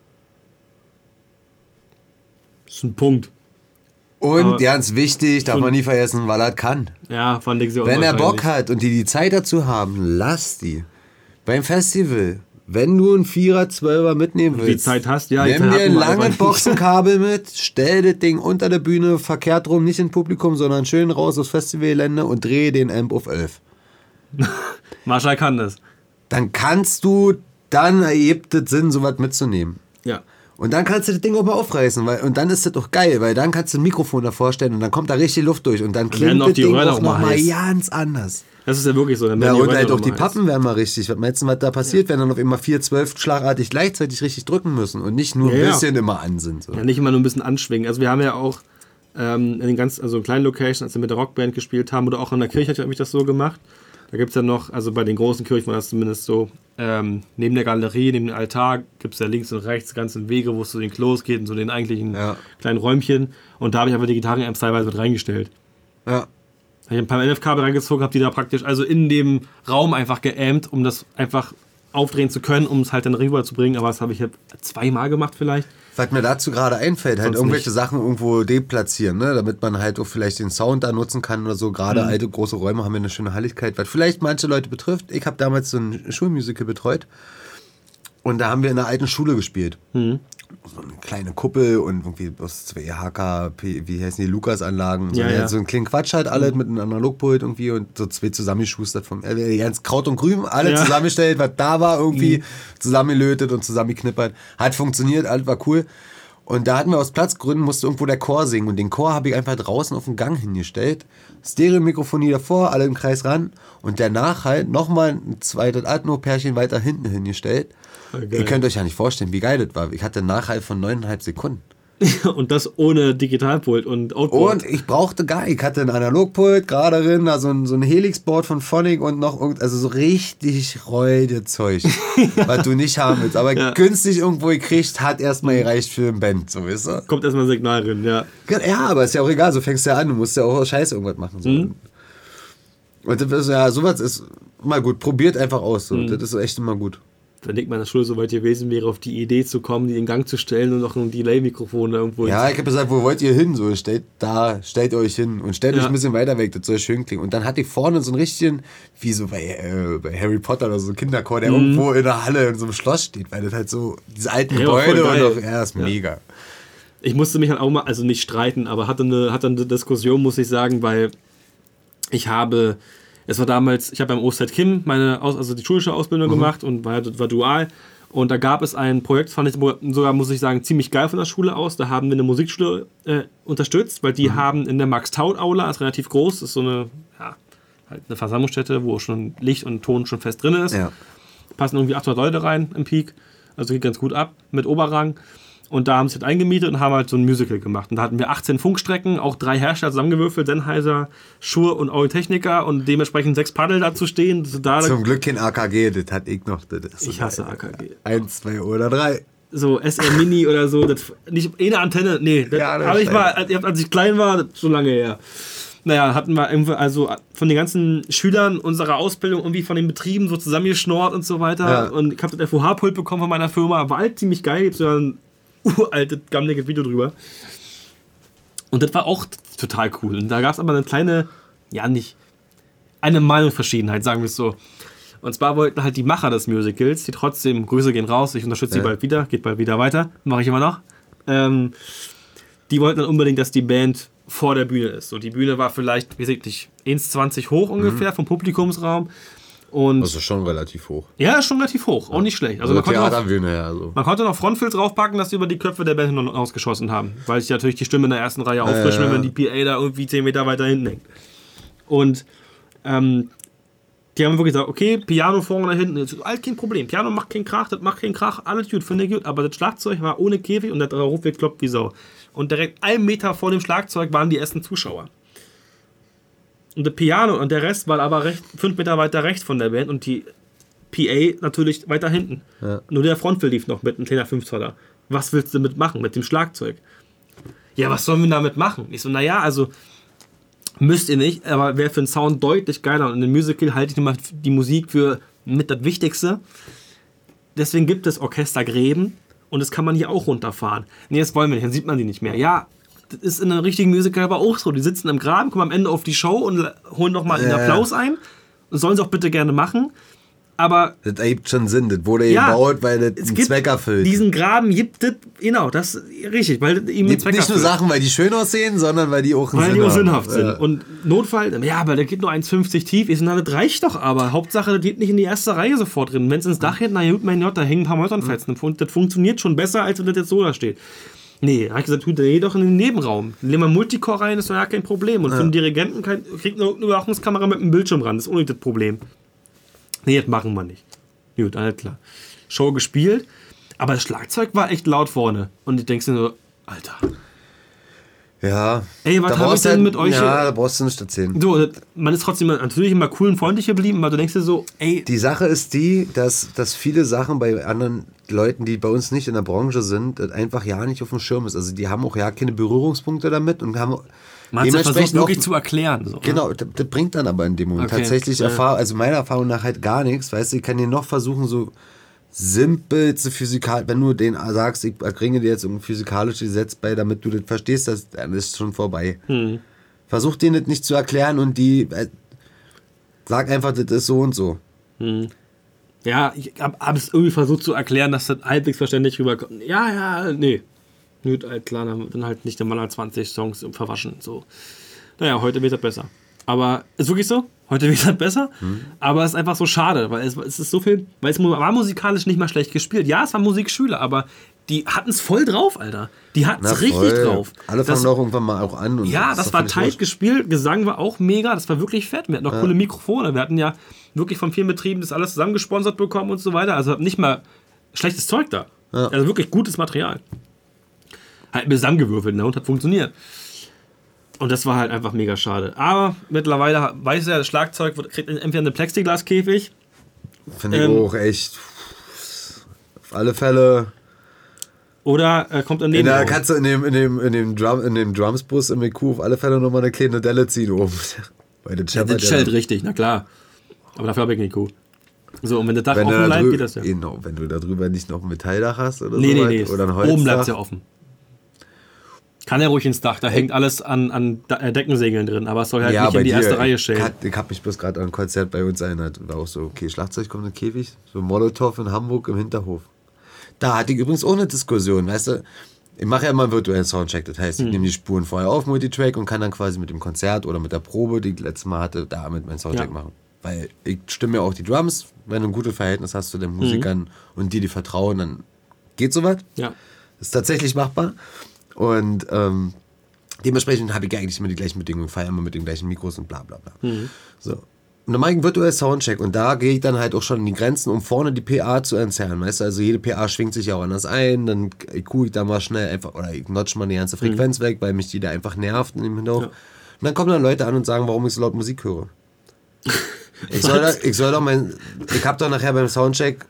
Das ist ein Punkt. Und Aber ganz wichtig, darf man nie vergessen, weil er kann. Ja, fand ich sehr Wenn er unwahrscheinlich. Bock hat und die Zeit dazu haben, lass die. Beim Festival, wenn du einen 4er, 12er mitnehmen willst, die Zeit hast, ja. nimm dir ein langes Boxenkabel mit, stell das Ding unter der Bühne, verkehrt rum, nicht ins Publikum, sondern schön raus aufs Festivalgelände und dreh den Amp auf 11. Marshall kann das. Dann dann ergibt es Sinn, sowas mitzunehmen. Ja. Und dann kannst du das Ding auch mal aufreißen, und dann ist das doch geil, weil dann kannst du ein Mikrofon davor stellen und dann kommt da richtig Luft durch und dann werden klingt auch das die Ding Röhre auch auch mal nochmal heiß. ganz anders. Das ist ja wirklich so. Dann Ja, werden und Röhre halt auch noch die mal Pappen werden mal richtig. Was meinst du, was da passiert, wenn dann auf immer 4, 12 schlagartig gleichzeitig richtig drücken müssen und nicht nur ein bisschen immer an sind? So. Ja, nicht immer nur ein bisschen anschwingen. Also wir haben ja auch in den in kleinen Locations, als wir mit der Rockband gespielt haben oder auch in der Kirche habe ich das so gemacht. Da gibt es ja noch, also bei den großen Kirchen war das zumindest so, neben der Galerie, neben dem Altar gibt es ja links und rechts ganze Wege, wo es zu den Klos geht und so den eigentlichen kleinen Räumchen. Und da habe ich einfach die Gitarren-Amps teilweise mit reingestellt. Ja. Da habe ich ein paar NF-Kabel reingezogen, habe die da praktisch also in dem Raum einfach geampt, um das einfach aufdrehen zu können, um es halt dann rüberzubringen. Aber das habe ich halt 2-mal gemacht vielleicht. Was mir dazu gerade einfällt, halt Sonst irgendwelche nicht. Sachen irgendwo deplatzieren, ne? Damit man halt auch vielleicht den Sound da nutzen kann oder so. Gerade alte, große Räume haben ja eine schöne Halligkeit, was vielleicht manche Leute betrifft. Ich habe damals so ein Schulmusical betreut und da haben wir in einer alten Schule gespielt. So eine kleine Kuppel und irgendwie aus 2 HKP, wie heißen die, Lukas-Anlagen. Und so. Ja. So ein kleinen Quatsch halt, alle mit einem Analogpult irgendwie und so 2 zusammengeschustert vom ganz Kraut und Grün, alle zusammengestellt, was da war, irgendwie zusammengelötet und zusammengeknippert. Hat funktioniert, alles war cool. Und da hatten wir aus Platzgründen, musste irgendwo der Chor singen. Und den Chor habe ich einfach draußen auf den Gang hingestellt. Stereo-Mikrofonie davor, alle im Kreis ran. Und danach halt nochmal ein zweites Atmo-Pärchen weiter hinten hingestellt. Okay. Ihr könnt euch ja nicht vorstellen, wie geil das war. Ich hatte einen Nachhalt von 9,5 Sekunden. Und das ohne Digitalpult und Outboard. Und ich brauchte ich hatte ein Analogpult, gerade drin, da so ein Helixboard von Phonic und noch also so richtig räude Zeug, was du nicht haben willst. Aber günstig irgendwo gekriegt, hat erstmal gereicht für ein Band, so weißt du. Kommt erstmal ein Signal drin, ja. Ja, aber ist ja auch egal, so fängst du ja an, du musst ja auch Scheiße irgendwas machen. So. Und das ist ja, sowas ist mal gut, probiert einfach aus, so. Das ist echt immer gut. Wenn ich meiner Schule so weit gewesen wäre, auf die Idee zu kommen, die in Gang zu stellen und noch ein Delay-Mikrofon da irgendwo. Ja, ich habe gesagt, wo wollt ihr hin? So, stellt euch hin und stellt euch ein bisschen weiter weg, das soll schön klingen. Und dann hatte ich vorne so einen richtigen, wie so bei Harry Potter oder so ein Kinderchor, der irgendwo in der Halle in so einem Schloss steht, weil das halt so, diese alten Gebäude und noch, ist mega. Ich musste mich halt auch mal, also nicht streiten, aber hatte eine Diskussion, muss ich sagen, weil ich habe beim OZ Kim also die schulische Ausbildung gemacht und war dual. Und da gab es ein Projekt, fand ich sogar, muss ich sagen, ziemlich geil von der Schule aus. Da haben wir eine Musikschule unterstützt, weil die haben in der Max-Taut-Aula, ist relativ groß, ist so eine, halt eine Versammlungsstätte, wo schon Licht und Ton schon fest drin ist. Ja. Passen irgendwie 800 Leute rein im Peak, also geht ganz gut ab mit Oberrang. Und da haben sie halt eingemietet und haben halt so ein Musical gemacht. Und da hatten wir 18 Funkstrecken, auch 3 Hersteller zusammengewürfelt, Sennheiser, Shure und Audio-Technica und dementsprechend 6 Paddel da zu stehen. Zum Glück kein AKG, das hatte ich noch. Ich hasse AKG. 1, 2 oder 3. So SR Mini oder so, nicht eine Antenne, nee. Das habe ich mal, als ich klein war, so lange her. Naja, hatten wir irgendwie, also von den ganzen Schülern unserer Ausbildung irgendwie von den Betrieben so zusammengeschnort und so weiter. Ja. Und ich habe das FOH-Pult bekommen von meiner Firma, war halt ziemlich geil, gibt so ein uraltes, gammeliges Video drüber. Und das war auch total cool. Und da gab es aber eine kleine, eine Meinungsverschiedenheit, sagen wir es so. Und zwar wollten halt die Macher des Musicals, die trotzdem, Grüße gehen raus, ich unterstütze sie bald wieder, geht bald wieder weiter, mache ich immer noch. Die wollten dann unbedingt, dass die Band vor der Bühne ist. So, die Bühne war vielleicht, wie gesagt, 1,20 hoch ungefähr vom Publikumsraum. Und also schon relativ hoch. Ja, schon relativ hoch, auch nicht schlecht. Also man konnte noch Frontfilz draufpacken, dass sie über die Köpfe der Band ausgeschossen haben. Weil sich natürlich die Stimme in der ersten Reihe auffrischen, wenn die PA da irgendwie 10 Meter weiter hinten hängt. Und die haben wirklich gesagt, okay, Piano vorne da hinten, ist alles kein Problem. Piano macht keinen Krach, das macht keinen Krach, alles gut, finde ich gut. Aber das Schlagzeug war ohne Käfig und der Ruf wird kloppt wie Sau. Und direkt 1 Meter vor dem Schlagzeug waren die ersten Zuschauer. Und das Piano und der Rest war aber 5 Meter weiter rechts von der Band und die PA natürlich weiter hinten. Ja. Nur der Frontfil lief noch mit einem kleiner 5-Zoller. Was willst du damit machen, mit dem Schlagzeug? Ja, was sollen wir damit machen? Ich so, also müsst ihr nicht, aber wäre für den Sound deutlich geiler. Und in einem Musical halte ich immer die Musik für mit das Wichtigste. Deswegen gibt es Orchestergräben und das kann man hier auch runterfahren. Nee, das wollen wir nicht, dann sieht man die nicht mehr. Ja, das ist in einem richtigen Musical aber auch so. Die sitzen im Graben, kommen am Ende auf die Show und holen nochmal einen Applaus ein. Das sollen sie auch bitte gerne machen. Aber das ergibt schon Sinn. Das wurde gebaut, weil das einen Zweck erfüllt. Diesen Graben gibt es, genau, das ist richtig. Weil das ihm einen Zweck nicht erfüllt. Nur Sachen, weil die schön aussehen, sondern weil die auch sinnhaft sind. Und Notfall, aber der geht nur 1,50 tief. Ich so, das reicht doch aber. Hauptsache, das geht nicht in die erste Reihe sofort drin. Wenn es ins Dach geht, na gut, mein Gott, da hängen ein paar Moltonfetzen. Das funktioniert schon besser, als wenn das jetzt so da steht. Nee, da habe ich gesagt, geh doch in den Nebenraum. Nehmen wir Multicore rein, ist doch ja kein Problem. Und für einen Dirigenten kriegt eine Überwachungskamera mit einem Bildschirm ran. Das ist auch nicht das Problem. Nee, das machen wir nicht. Gut, alles klar. Show gespielt, aber das Schlagzeug war echt laut vorne. Und ich denke so, Alter. Ja. Ey, was habe ich denn mit euch? Ja, da brauchst du nicht erzählen. So, man ist trotzdem natürlich immer cool und freundlich geblieben, aber du denkst dir so, ey. Die Sache ist die, dass viele Sachen bei anderen Leuten, die bei uns nicht in der Branche sind, einfach ja nicht auf dem Schirm ist. Also die haben auch ja keine Berührungspunkte damit und haben man hat es versucht wirklich zu erklären. So, genau, das bringt dann aber in dem Moment tatsächlich also meiner Erfahrung nach halt gar nichts. Weißt du, ich kann dir noch versuchen, so simpelste Physikal, wenn du den sagst, ich bringe dir jetzt ein physikalisches Gesetz bei, damit du das verstehst, dann ist es schon vorbei. Versuch denen das nicht zu erklären und sag einfach, das ist so und so. Ja, ich hab es irgendwie versucht zu erklären, dass das halbwegs verständlich rüberkommt. Nee. Gut, klar, dann halt nicht einmal 20 Songs verwaschen. So. Naja, heute wird das besser. Aber ist wirklich so? Heute wird das besser? Aber es ist einfach so schade, weil es ist so viel, weil es war musikalisch nicht mal schlecht gespielt. Ja, es war Musikschüler, aber die hatten es voll drauf, Alter. Die hatten es richtig drauf. Alle fangen doch irgendwann mal auch an. Und ja, das war tight gespielt. Gesang war auch mega. Das war wirklich fett. Wir hatten noch coole Mikrofone. Wir hatten ja wirklich von vielen Betrieben das alles zusammengesponsert bekommen und so weiter. Also nicht mal schlechtes Zeug da. Ja. Also wirklich gutes Material. Halt mir zusammengewürfelt, ne? Und hat funktioniert. Und das war halt einfach mega schade. Aber mittlerweile weiß ja, das Schlagzeug kriegt entweder eine Plexiglaskäfig. Finde ich auch echt. Auf alle Fälle. Oder kommt daneben. Da kannst du in dem Drumsbus im EQ auf alle Fälle nochmal eine kleine Delle ziehen oben. Weil das schellt richtig, na klar. Aber dafür habe ich einen EQ. So, und wenn der Dach offen bleibt, geht das ja. Genau, wenn du da drüber nicht noch ein Metalldach hast oder nee, so. Nee, oder ein Holzdach. Oben bleibt es ja offen. Kann ja ruhig ins Dach, da hängt alles an Deckensegeln drin, aber es soll halt nicht in die erste Reihe stellen. Ich hab mich bloß gerade an ein Konzert bei uns erinnert. War auch so, okay, Schlagzeug kommt in den Käfig, so Molotow in Hamburg im Hinterhof. Da hatte ich übrigens auch eine Diskussion, weißt du, ich mache ja immer einen virtuellen Soundcheck, das heißt, ich nehme die Spuren vorher auf, Multitrack, und kann dann quasi mit dem Konzert oder mit der Probe, die ich letztes Mal hatte, damit meinen Soundcheck machen. Weil ich stimme ja auch die Drums, wenn du ein gutes Verhältnis hast zu den Musikern und die vertrauen, dann geht sowas. Ja. Das ist tatsächlich machbar. Und dementsprechend habe ich eigentlich immer die gleichen Bedingungen, feiere immer mit den gleichen Mikros und bla bla bla. So. Und dann mache ich einen virtuellen Soundcheck und da gehe ich dann halt auch schon in die Grenzen, um vorne die PA zu entzerren. Weißt du, also jede PA schwingt sich ja auch anders ein, dann EQ ich da mal schnell einfach, oder ich notch mal die ganze Frequenz weg, weil mich die da einfach nervt in dem Hinterhof. Ja. Und dann kommen dann Leute an und sagen, warum ich so laut Musik höre. Ich hab doch nachher beim Soundcheck,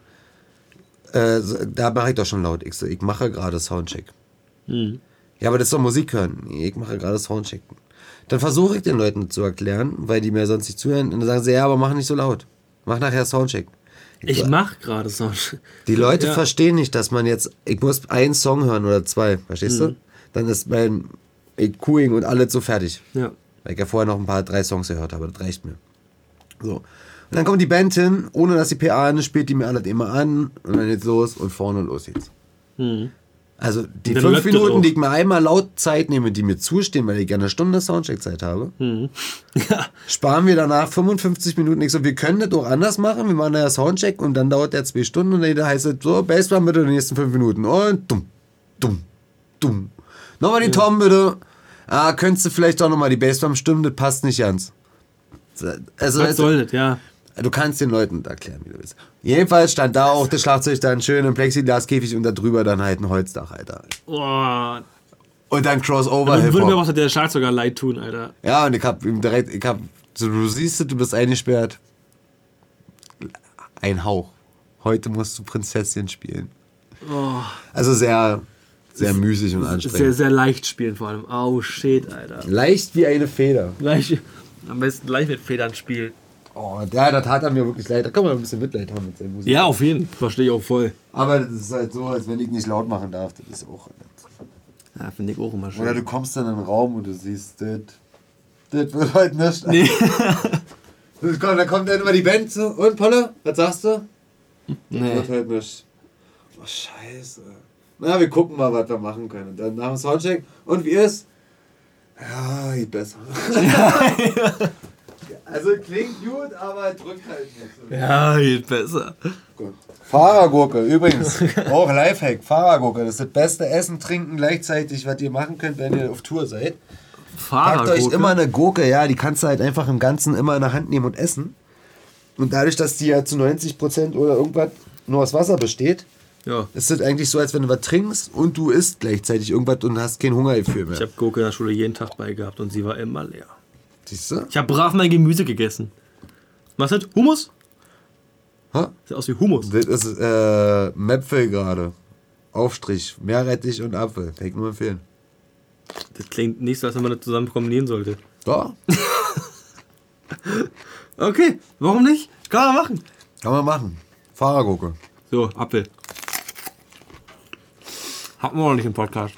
da mache ich doch schon laut. Ich mache gerade Soundcheck. Ja, aber das ist doch Musik hören. Nee, ich mache gerade Soundcheck. Dann versuche ich den Leuten zu erklären, weil die mir sonst nicht zuhören. Und dann sagen sie, ja, aber mach nicht so laut. Mach nachher Soundcheck. Ich mache gerade Soundcheck. Die Leute verstehen nicht, dass man jetzt, ich muss einen Song hören oder zwei, verstehst du? Dann ist mein EQing und alles so fertig. Ja. Weil ich ja vorher noch 3 Songs gehört habe, das reicht mir. So. Und dann kommt die Band hin, ohne dass die PA eine spielt, die mir alles immer an. Und dann geht's los und vorne los geht's. Also die 5 Minuten, die ich mir einmal laut Zeit nehme, die mir zustehen, weil ich gerne eine Stunde Soundcheck-Zeit habe, sparen wir danach 55 Minuten. Ich so, wir können das auch anders machen. Wir machen da Soundcheck und dann dauert der 2 Stunden und dann heißt es so, Bassdrum bitte in den nächsten 5 Minuten. Und dumm. Nochmal die Tom bitte. Könntest du vielleicht doch nochmal die Bassdrum stimmen, das passt nicht ganz. Also, was soll das, ja. Du kannst den Leuten erklären, wie du willst. Jedenfalls stand da auch das Schlagzeug dann schön im Plexiglaskäfig und da drüber dann halt ein Holzdach, Alter. Oh. Und dann Crossover. Dann würde mir auch der Schlagzeuger leid tun, Alter. Ja, und ich hab so, du siehst, du bist eingesperrt. Ein Hauch. Heute musst du Prinzessin spielen. Oh. Also sehr, sehr müßig und anstrengend. Sehr, sehr leicht spielen vor allem. Oh, shit, Alter. Leicht wie eine Feder. Am besten gleich mit Federn spielen. Oh, ja, das tat er mir wirklich leid. Da kann man ein bisschen Mitleid haben mit seiner Musik. Ja, auf jeden Fall. Verstehe ich auch voll. Aber das ist halt so, als wenn ich nicht laut machen darf. Das ist auch nett. Ja, finde ich auch immer schön. Oder du kommst dann in den Raum und du siehst, das wird heute nicht. Nee. Da kommt dann immer die Band so. Und, Polle, was sagst du? Nee. Das wird heute nicht. Oh, scheiße. Na, wir gucken mal, was wir machen können. Und dann nach dem Soundcheck. Und wie ist? Ja, geht besser. Also klingt gut, aber drückt halt nicht so. Ja, geht besser. Gut. Fahrergurke, übrigens. Auch Lifehack. Fahrergurke. Das ist das beste Essen, Trinken gleichzeitig, was ihr machen könnt, wenn ihr auf Tour seid. Packt euch immer eine Gurke, ja, die kannst du halt einfach im Ganzen immer in der Hand nehmen und essen. Und dadurch, dass die ja zu 90% oder irgendwas nur aus Wasser besteht, ist es eigentlich so, als wenn du was trinkst und du isst gleichzeitig irgendwas und hast kein Hungergefühl mehr. Ich habe Gurke in der Schule jeden Tag bei gehabt und sie war immer leer. Siehst du? Ich habe brav mein Gemüse gegessen. Was ist das? Hummus? Sieht aus wie Hummus. Das ist Mäpfel gerade. Aufstrich, Meerrettich und Apfel. Kann ich nur empfehlen. Das klingt nicht so, als wenn man das zusammen kombinieren sollte. Doch. Okay, warum nicht? Kann man machen. Kann man machen. Fahrergurke. So, Apfel. Hatten wir noch nicht im Podcast.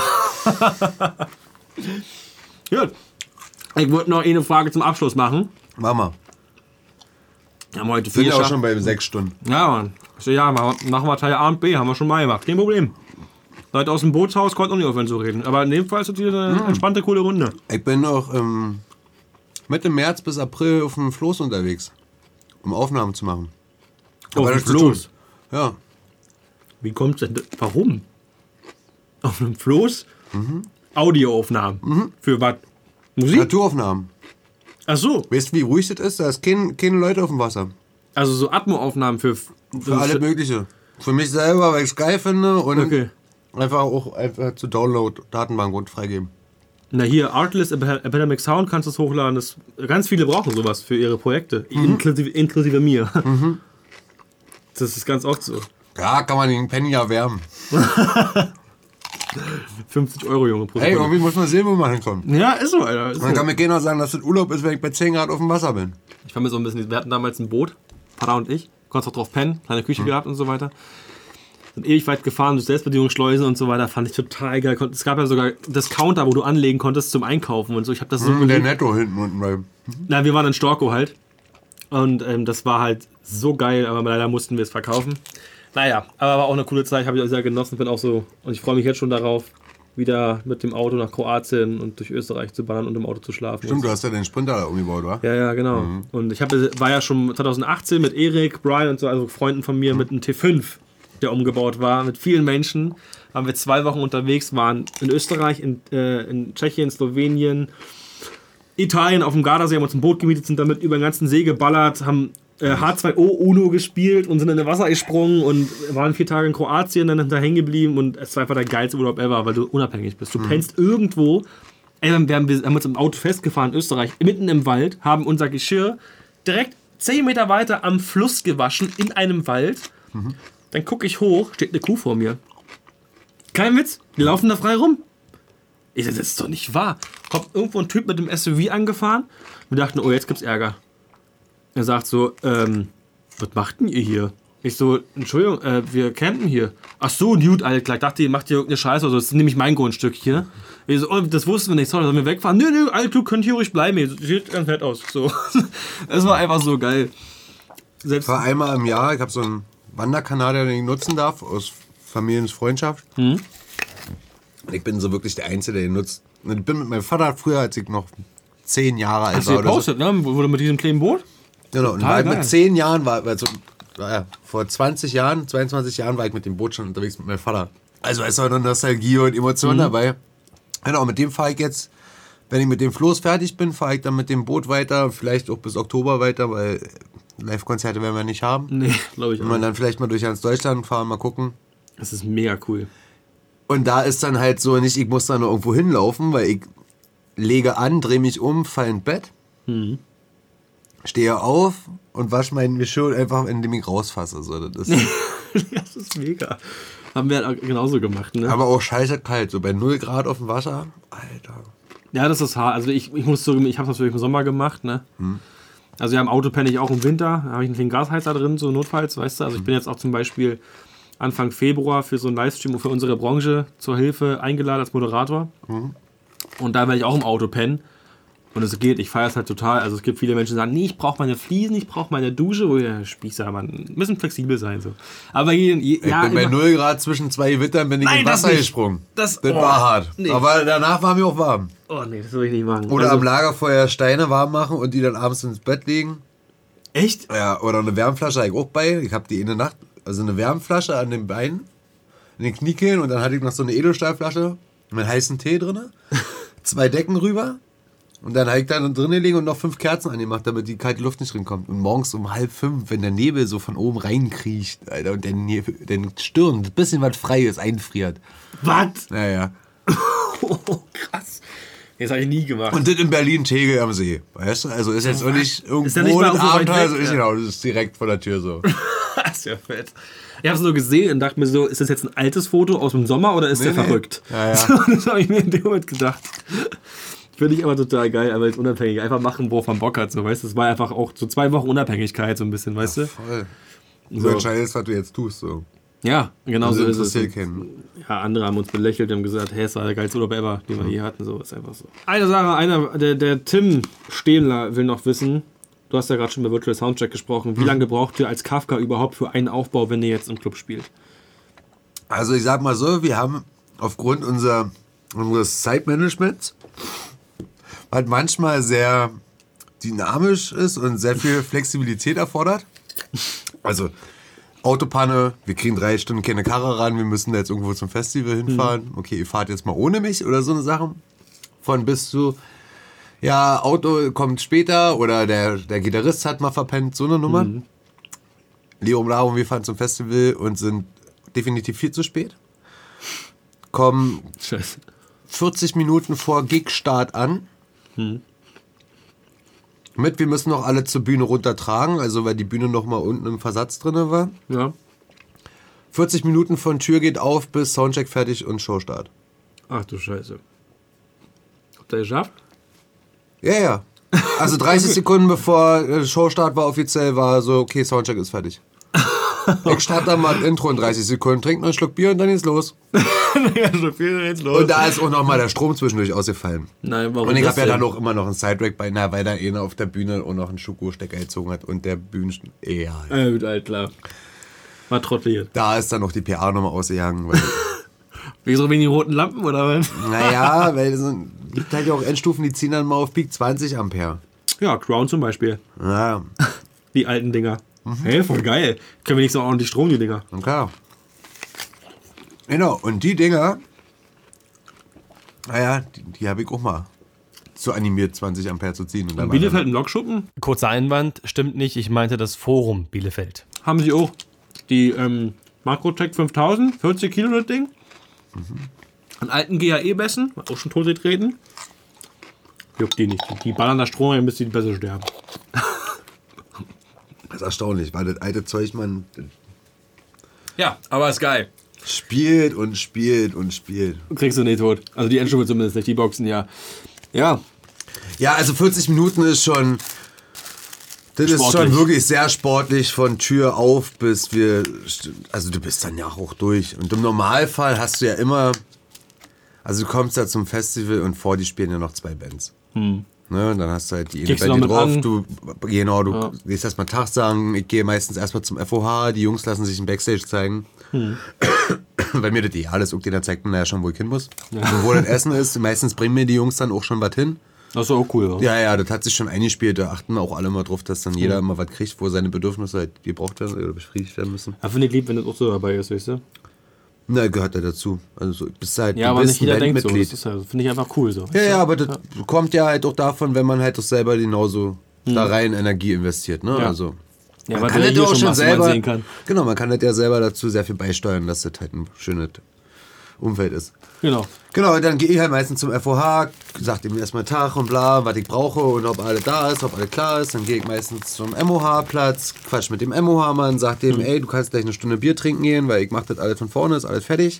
Gut. Ich wollte noch eine Frage zum Abschluss machen. Mama. Wir haben heute viel auch schon bei 6 Stunden. Ja, Mann. Ja, machen wir Teil A und B. Haben wir schon mal gemacht. Kein Problem. Leute aus dem Bootshaus konnten auch nicht aufhören zu reden. Aber in dem Fall ist das hier eine entspannte, coole Runde. Ich bin noch Mitte März bis April auf dem Floß unterwegs, um Aufnahmen zu machen. Auf dem Floß? Ja. Wie kommt's denn? Warum? Auf einem Floß? Audioaufnahmen. Für was? Musik? Naturaufnahmen. Ach so. Weißt du, wie ruhig das ist? Da ist keine Leute auf dem Wasser. Also so Atmo-Aufnahmen für Alles Mögliche. Für mich selber, weil ich es geil finde und Okay. einfach zu Download, Datenbank und freigeben. Na hier, Artlist, Epidemic Sound kannst du es hochladen. Ganz viele brauchen sowas für ihre Projekte. Inklusive mir. Das ist ganz oft so. Ja, kann man den Penny ja wärmen. 50 €, Junge, pro Hey, Sekunde. irgendwie muss man sehen, wo man hinkommt. Ja, ist so, Alter. Ist Man so. kann mir keiner sagen, dass das Urlaub ist, wenn ich bei 10 Grad auf dem Wasser bin. Ich vermisse so ein bisschen, wir hatten damals ein Boot, Vater und ich, konntest auch drauf pennen, kleine Küche gehabt und so weiter. Sind ewig weit gefahren, durch Selbstbedienungsschleusen und so weiter, fand ich total geil. Es gab ja sogar Discounter, wo du anlegen konntest zum Einkaufen und so. Ich habe das so Der geliebt. Netto hinten unten bei. Na, wir waren in Storkow halt. Und das war halt so geil, aber leider mussten wir es verkaufen. Naja, aber war auch eine coole Zeit, habe ich auch sehr genossen, bin auch so, und ich freue mich jetzt schon darauf, wieder mit dem Auto nach Kroatien und durch Österreich zu ballern und im Auto zu schlafen. Stimmt, du hast ja den Sprinter da umgebaut, oder? Ja, genau. Und ich war ja schon 2018 mit Erik, Brian und so, also Freunden von mir, mit einem T5, der umgebaut war, mit vielen Menschen. Waren wir 2 Wochen unterwegs, waren in Österreich, in Tschechien, Slowenien, Italien auf dem Gardasee, haben uns ein Boot gemietet, sind damit über den ganzen See geballert, haben H2O Uno gespielt und sind in das Wasser gesprungen und waren 4 Tage in Kroatien, dann da hängen geblieben und es war einfach der geilste Urlaub ever, weil du unabhängig bist. Du pennst irgendwo, wir haben uns im Auto festgefahren in Österreich, mitten im Wald, haben unser Geschirr direkt 10 Meter weiter am Fluss gewaschen, in einem Wald. Dann gucke ich hoch, steht eine Kuh vor mir. Kein Witz, die laufen da frei rum. Ich sag, das ist doch nicht wahr. Kommt irgendwo ein Typ mit dem SUV angefahren. Wir dachten, oh, jetzt gibt's Ärger. Er sagt so, was macht denn ihr hier? Ich so, Entschuldigung, wir campen hier. Ach so, Dude, Alter, ich dachte, ihr macht hier irgendeine Scheiße oder so. Das ist nämlich mein Grundstück hier. Ich so, oh, das wussten wir nicht, sorry, sollen wir wegfahren? Nö, Alter, könnt hier ruhig bleiben. Hier sieht ganz nett aus. So. Es war einfach so geil. Selbst War einmal im Jahr, ich habe so einen Wanderkanal, den ich nutzen darf, aus Familienfreundschaft. Und ich bin so wirklich der Einzige, der den nutzt. Und ich bin mit meinem Vater früher, als ich noch 10 Jahre alt hast du war. gepostet, ne? Wurde mit diesem kleinen Boot? Genau, und Total geil. mit 10 Jahren vor 20 Jahren, 22 Jahren war ich mit dem Boot schon unterwegs mit meinem Vater. Also ist auch noch Nostalgie und Emotion dabei. Genau, mit dem fahre ich jetzt, wenn ich mit dem Floß fertig bin, fahre ich dann mit dem Boot weiter, vielleicht auch bis Oktober weiter, weil Live-Konzerte werden wir nicht haben. Nee, glaube ich auch Wenn wir nicht. dann vielleicht mal durch ganz Deutschland fahren, mal gucken. Das ist mega cool. Und da ist dann halt so nicht, ich muss da nur irgendwo hinlaufen, weil ich lege an, drehe mich um, falle ins Bett, stehe auf und wasche mein Geschirr einfach, indem ich rausfasse. So, das ist Das ist mega. Haben wir halt genauso gemacht, ne? aber auch scheiße kalt, so bei 0 Grad auf dem Wasser. Alter. Ja, das ist hart. Also ich muss zugeben, ich habe das natürlich im Sommer gemacht, ne? Also ja, im Auto penne ich auch im Winter. Da habe ich einen kleinen Gasheizer drin, so notfalls, weißt du. Also ich bin jetzt auch zum Beispiel Anfang Februar für so einen Livestream für unsere Branche zur Hilfe eingeladen als Moderator. Und da werde ich auch im Auto pennen. Und es geht, ich feiere es halt total. Also es gibt viele Menschen, die sagen, nee, ich brauche meine Fliesen, ich brauche meine Dusche. Wo ja, Spießer, man ein bisschen flexibel sein. So. Aber Ich bin bei 0 Grad zwischen 2 Gewittern, bin ich Nein, im das Wasser nicht. gesprungen. Das- Das oh, war hart. nee. Aber danach war mir auch warm. Oh nee, das will ich nicht machen. Oder Also- am Lagerfeuer Steine warm machen und die dann abends ins Bett legen. Echt? Ja, oder eine Wärmflasche habe ich auch bei. Ich habe die in der Nacht, also eine Wärmflasche an den Beinen, in den Kniekehlen und dann hatte ich noch so eine Edelstahlflasche mit heißen Tee drin, 2 Decken rüber und dann habe ich dann drinnen liegen und noch 5 Kerzen angemacht, damit die kalte Luft nicht reinkommt. Und morgens um 4:30, wenn der Nebel so von oben reinkriecht, Alter, und der Stirn, ein bisschen was frei ist, einfriert. Was? Naja. Oh, krass. Das habe ich nie gemacht. Und das in Berlin-Tegel am See, weißt du? Also ist jetzt auch nicht irgendwo Ist ja nicht mal ein so weit Abenteuer, weg, so ist ja. genau, das ist direkt vor der Tür so. Das ist ja fett. Ich habe es nur gesehen und dachte mir so, ist das jetzt ein altes Foto aus dem Sommer oder ist der Nee. verrückt? Ja, ja. So, das habe ich mir in dem Moment gedacht. Finde ich aber total geil, aber jetzt unabhängig. Einfach machen, worauf man Bock hat. So, weißt du? Das war einfach auch so 2 Wochen Unabhängigkeit, so ein bisschen, weißt du? Voll. Du So. entscheidest, was du jetzt tust. So. Ja, genau Also so ist es. interessiert keinen. Ja, andere haben uns belächelt und gesagt, hey, es war der geilste Urlaub ever, den wir je hatten. So ist einfach so. Eine Sache, der Tim Stehler will noch wissen, du hast ja gerade schon über Virtual Soundcheck gesprochen, wie lange braucht ihr als Kafka überhaupt für einen Aufbau, wenn ihr jetzt im Club spielt? Also ich sag mal so, wir haben aufgrund unseres Zeitmanagements, was manchmal sehr dynamisch ist und sehr viel Flexibilität erfordert. Also Autopanne, wir kriegen 3 Stunden keine Karre ran, wir müssen da jetzt irgendwo zum Festival hinfahren. Okay, ihr fahrt jetzt mal ohne mich oder so eine Sache. Von bis zu, ja, Auto kommt später oder der Gitarrist hat mal verpennt, so eine Nummer. Leo und Lara und wir fahren zum Festival und sind definitiv viel zu spät. Kommen Scheiße. 40 Minuten vor Gigstart an. Wir müssen noch alle zur Bühne runtertragen, also weil die Bühne noch mal unten im Versatz drin war. Ja. 40 Minuten von Tür geht auf bis Soundcheck fertig und Showstart. Ach du Scheiße. Habt ihr geschafft? Ja. Also 30 Sekunden bevor Showstart war offiziell, war so, okay, Soundcheck ist fertig. Ich starte dann mal Intro in 30 Sekunden, trinke noch einen Schluck Bier und dann geht's los. Und da ist auch noch mal der Strom zwischendurch ausgefallen. Nein, warum? Und ich das habe ja denn? dann auch immer noch einen Sidetrack bei, weil da einer auf der Bühne auch noch einen Schuko-Stecker gezogen hat und der Bühnen... Ja. Gut, alt, klar. War trotteliert. Da ist dann noch die PA nochmal ausgegangen. Weil, Wieso wegen die roten Lampen oder was? naja, weil es gibt halt ja auch Endstufen, die ziehen dann mal auf Peak 20 Ampere. Ja, Crown zum Beispiel. Ja, Die alten Dinger. Hey, voll geil. Können wir nicht so ordentlich Strom, die Dinger. klar. Genau, und die Dinger, naja, die habe ich auch mal so animiert, 20 Ampere zu ziehen. Und dann war Bielefeld im Lokschuppen Kurzer Einwand, stimmt nicht, ich meinte das Forum Bielefeld. haben sie auch die Makrotech 5000, 40 Kilo das Ding. An alten GAE-Bässen, auch schon tot getreten. Juckt die nicht. Die ballern da Strom rein, bis die Bässe sterben. das ist erstaunlich, weil das alte Zeug, man Ja, aber ist geil. spielt und spielt und spielt. Kriegst du nicht tot. Also die Endstufe zumindest nicht, die Boxen, ja. Ja, Ja, also 40 Minuten ist schon... Das ist Sportlich. schon wirklich sehr sportlich von Tür auf bis wir... Also du bist dann ja auch durch. Und im Normalfall hast du ja immer... Also du kommst ja zum Festival und vor die spielen ja noch 2 Bands. Ne, und dann hast du halt die eine Gehst du Band noch drauf. mit Du gehst erstmal Tag sagen. Ich gehe meistens erstmal zum FOH. Die Jungs lassen sich im Backstage zeigen. Weil mir das egal ist. Irgendjemand zeigt mir ja schon, wo ich hin muss. Und wo das Essen ist. Meistens bringen mir die Jungs dann auch schon was hin. das ist auch cool. Oder? Ja, das hat sich schon eingespielt. Da achten auch alle mal drauf, dass dann jeder immer was kriegt, wo seine Bedürfnisse halt gebraucht werden oder befriedigt werden müssen. Ja, finde ich lieb, wenn das auch so dabei ist, weißt du? Na, gehört ja dazu. Also so, bist halt, Ja, du aber bist nicht jeder ein denkt so. Bandmitglied. Das ist ja, finde ich einfach cool so. Ja, aber das kommt ja halt auch davon, wenn man halt auch selber genauso da rein Energie investiert. Ne? Ja. Also, Ja, man weil kann du das ja ja auch hier schon machst, wie man selber. sehen kann. Genau, man kann das ja selber dazu sehr viel beisteuern, dass das halt ein schönes Umfeld ist. Genau. Genau, dann gehe ich halt meistens zum FOH, sag ihm erstmal Tag und bla, was ich brauche und ob alles da ist, ob alles klar ist. Dann gehe ich meistens zum MOH-Platz, quatsch mit dem MOH-Mann, sag dem, ey, du kannst gleich eine Stunde Bier trinken gehen, weil ich mach das alles von vorne, ist alles fertig.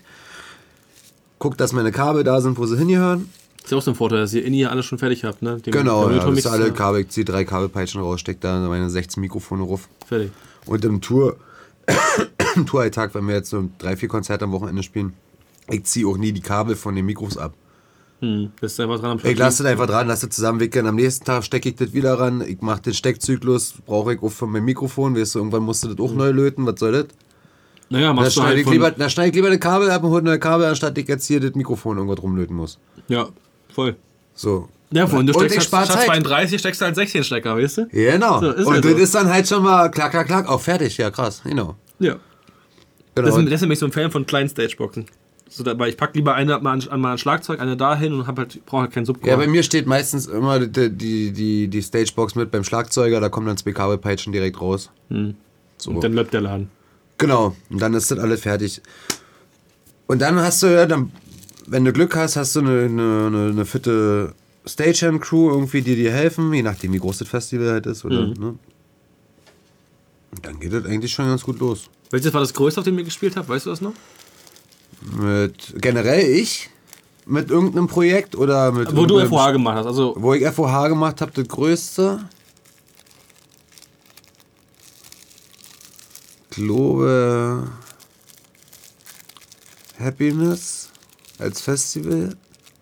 Guck, dass meine Kabel da sind, wo sie hingehören. Ist ja auch so ein Vorteil, dass ihr in hier alles schon fertig habt, ne? Den Genau, ja, das Monitor-Mix, ist alle Kabel, ich ziehe 3 Kabelpeitschen raus, steck da meine 16 Mikrofone rauf. fertig. Und im Touralltag, wenn wir jetzt so 3-4 Konzerte am Wochenende spielen, ich ziehe auch nie die Kabel von den Mikros ab. Bist einfach dran am Ich lasse das einfach dran, lasse das zusammenwickeln. Am nächsten Tag stecke ich das wieder ran. Ich mache den Steckzyklus, brauche ich auch von meinem Mikrofon. Weißt du, irgendwann musst du das auch neu löten. Was soll das? Naja, Da machst du schneide halt ich, schneid ich lieber eine Kabel ab und hole neue Kabel, anstatt ich jetzt hier das Mikrofon irgendwas rumlöten muss. Ja, voll. So. Ja, voll. Und du Und steckst ich spar statt Zeit. 32 steckst du halt 16 Stecker, weißt du? Genau. So, ist und ja das so. ist dann halt schon mal klack, klack, klack, auch fertig. Ja, krass. Genau. Ja. Genau. Deswegen bin ich so ein Fan von kleinen Stageboxen. So, weil ich pack lieber eine mal an Schlagzeug, eine dahin und brauche halt keinen Subchord. Ja, bei mir steht meistens immer die Stagebox mit beim Schlagzeuger, da kommen dann 2 Kabelpeitschen direkt raus. So. Und dann läuft der Laden. Genau, und dann ist das alles fertig. Und dann hast du ja, dann, wenn du Glück hast, hast du eine fitte Stagehand-Crew irgendwie, die dir helfen, je nachdem wie groß das Festival halt ist. Oder, ne? Und dann geht das eigentlich schon ganz gut los. Welches war das größte, auf dem ihr gespielt habt? Weißt du das noch? Mit generell ich? Mit irgendeinem Projekt oder mit Wo du irgendeinem- FOH gemacht hast. Also, Wo ich FOH gemacht habe, das größte. Ich glaube Happiness als Festival.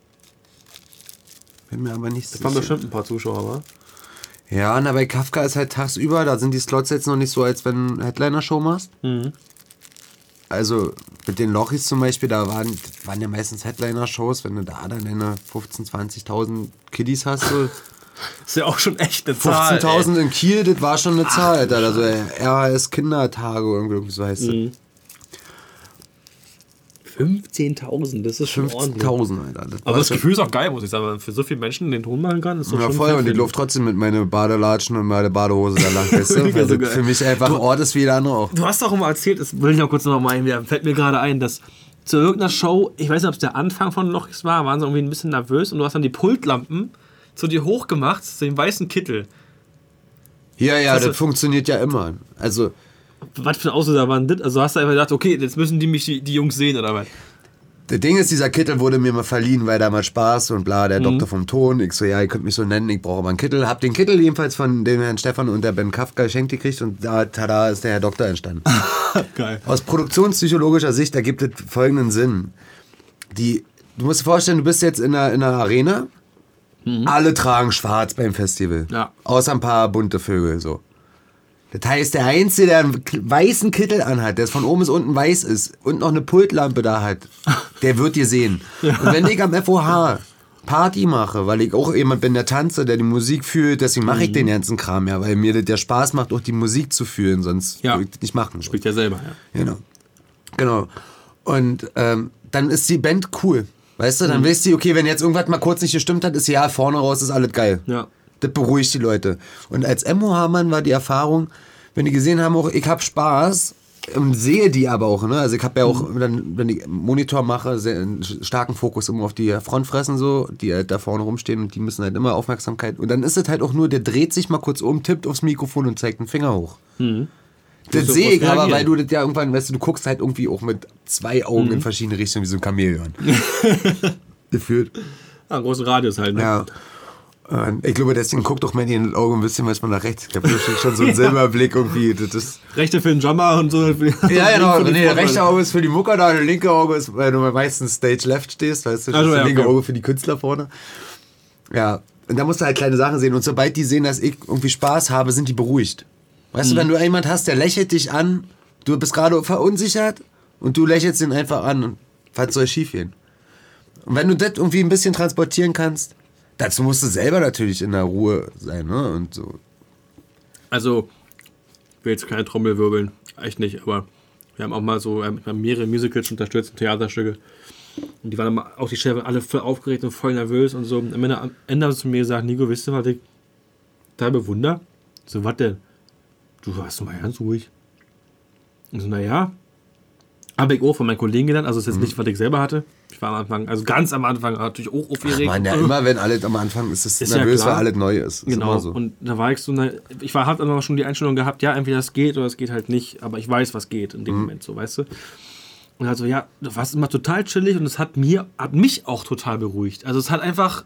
Bin mir aber nicht das waren sicher. bestimmt ein paar Zuschauer, wa? Ja, na, bei Kafka ist halt tagsüber, da sind die Slots jetzt noch nicht so, als wenn du eine Headliner-Show machst. Also mit den Lochis zum Beispiel, da waren ja meistens Headliner-Shows, wenn du da dann deine 15.000, 20.000 Kiddies hast, so, Ist ja auch schon echt eine Zahl. 15.000 in Kiel, das war schon eine Zahl, Alter. Also RHS Kindertage oder irgendwie so heißt es. 15.000, das ist schon ordentlich. 15.000, Alter. Aber das Gefühl ist auch geil, muss ich sagen. Wenn man für so viele Menschen den Ton machen kann, ist doch Ja, schon voll. Und ich viel. laufe trotzdem mit meinen Badelatschen und meiner Badehose da lang. Weißt du? Finde ich Weil so das geil. für mich einfach Ort ist wie jeder andere auch. Du hast doch immer erzählt, das will ich noch kurz noch mal einwerfen, fällt mir gerade ein, dass zu irgendeiner Show, ich weiß nicht, ob es der Anfang von Lochis war, waren sie irgendwie ein bisschen nervös und du hast dann die Pultlampen zu dir hochgemacht, zu dem weißen Kittel. Ja, Also- das funktioniert ja immer. Also, Was für ein Auslöser waren das? Also hast du einfach gedacht, okay, jetzt müssen die Jungs sehen oder was? das Ding ist, dieser Kittel wurde mir mal verliehen, weil da mal Spaß und bla, der Doktor vom Ton. Ich so, ja, ihr könnt mich so nennen, ich brauche aber einen Kittel. Hab den Kittel jedenfalls von dem Herrn Stefan und der Ben Kafka geschenkt gekriegt und da, tada, ist der Herr Doktor entstanden. Geil. Aus produktionspsychologischer Sicht ergibt es folgenden Sinn. Du musst dir vorstellen, du bist jetzt in einer Arena, alle tragen schwarz beim Festival. Ja. Außer ein paar bunte Vögel, so. Das heißt, der Einzige, der einen weißen Kittel anhat, der von oben bis unten weiß ist und noch eine Pultlampe da hat, der wird dir sehen. Und wenn ich am FOH Party mache, weil ich auch jemand bin, der tanzt, der die Musik fühlt, deswegen mache ich den ganzen Kram ja, weil mir das der Spaß macht, auch die Musik zu fühlen, sonst Ja. würde ich das nicht machen. Spielt ja selber, ja. Genau. Und dann ist die Band cool. Weißt du, dann weißt du, okay, wenn jetzt irgendwas mal kurz nicht gestimmt hat, ist ja vorne raus, ist alles geil. Ja. Das beruhigt die Leute. Und als MOH-Mann war die Erfahrung, wenn die gesehen haben, auch ich habe Spaß und sehe die aber auch, ne? Also ich habe ja auch, dann, wenn ich Monitor mache, sehr einen starken Fokus immer auf die Frontfressen so, die halt da vorne rumstehen und die müssen halt immer Aufmerksamkeit. Und dann ist es halt auch nur, der dreht sich mal kurz um, tippt aufs Mikrofon und zeigt einen Finger hoch. Das Musst sehe ich du aber, reagieren. weil du das ja irgendwann, weißt du, du guckst halt irgendwie auch mit zwei Augen in verschiedene Richtungen wie so ein Chamäleon. Gefühlt. Ja, einen großen Radius halt, ne? Ja. Und ich glaube, deswegen guckt doch Manny in die Augen ein bisschen manchmal nach rechts. Ich habe schon so einen Silberblick irgendwie. Das ist Rechte für den Drummer und so. ja, genau. Für den Nee, der Frontmann. rechte Auge ist für die Mucker da, der linke Auge ist, weil du meistens Stage Left stehst, weißt du, das Also, ist ja, der linke okay. Auge für die Künstler vorne. Ja, und da musst du halt kleine Sachen sehen. Und sobald die sehen, dass ich irgendwie Spaß habe, sind die beruhigt. Weißt du, wenn du jemand hast, der lächelt dich an, du bist gerade verunsichert und du lächelst ihn einfach an und was soll schief gehen? Und wenn du das irgendwie ein bisschen transportieren kannst, dazu musst du selber natürlich in der Ruhe sein, ne? Und so. Also, ich will jetzt keine Trommel wirbeln, echt nicht, aber wir haben auch mal so mehrere Musicals unterstützt, Theaterstücke. Und die waren dann auch die Chefs alle voll aufgeregt und voll nervös und so. Und am Ende haben sie zu mir gesagt, Nico, wisst ihr, was ich da bewundere? So, was denn? Du warst doch mal ganz ruhig. Und so, naja. Habe ich auch von meinen Kollegen gelernt, also es ist jetzt nicht, was ich selber hatte. Ich war am Anfang, also ganz am Anfang natürlich auch aufgeregt. Man, ja, immer wenn alles am Anfang ist, Ist ja nervös, klar. weil alles neu ist. Ist Genau, immer so. und da war ich so, ich habe dann auch schon die Einstellung gehabt, ja, entweder es geht oder es geht halt nicht, aber ich weiß, was geht in dem Moment, so, weißt du. Und also, ja, du warst immer total chillig und es hat mich auch total beruhigt. Also es hat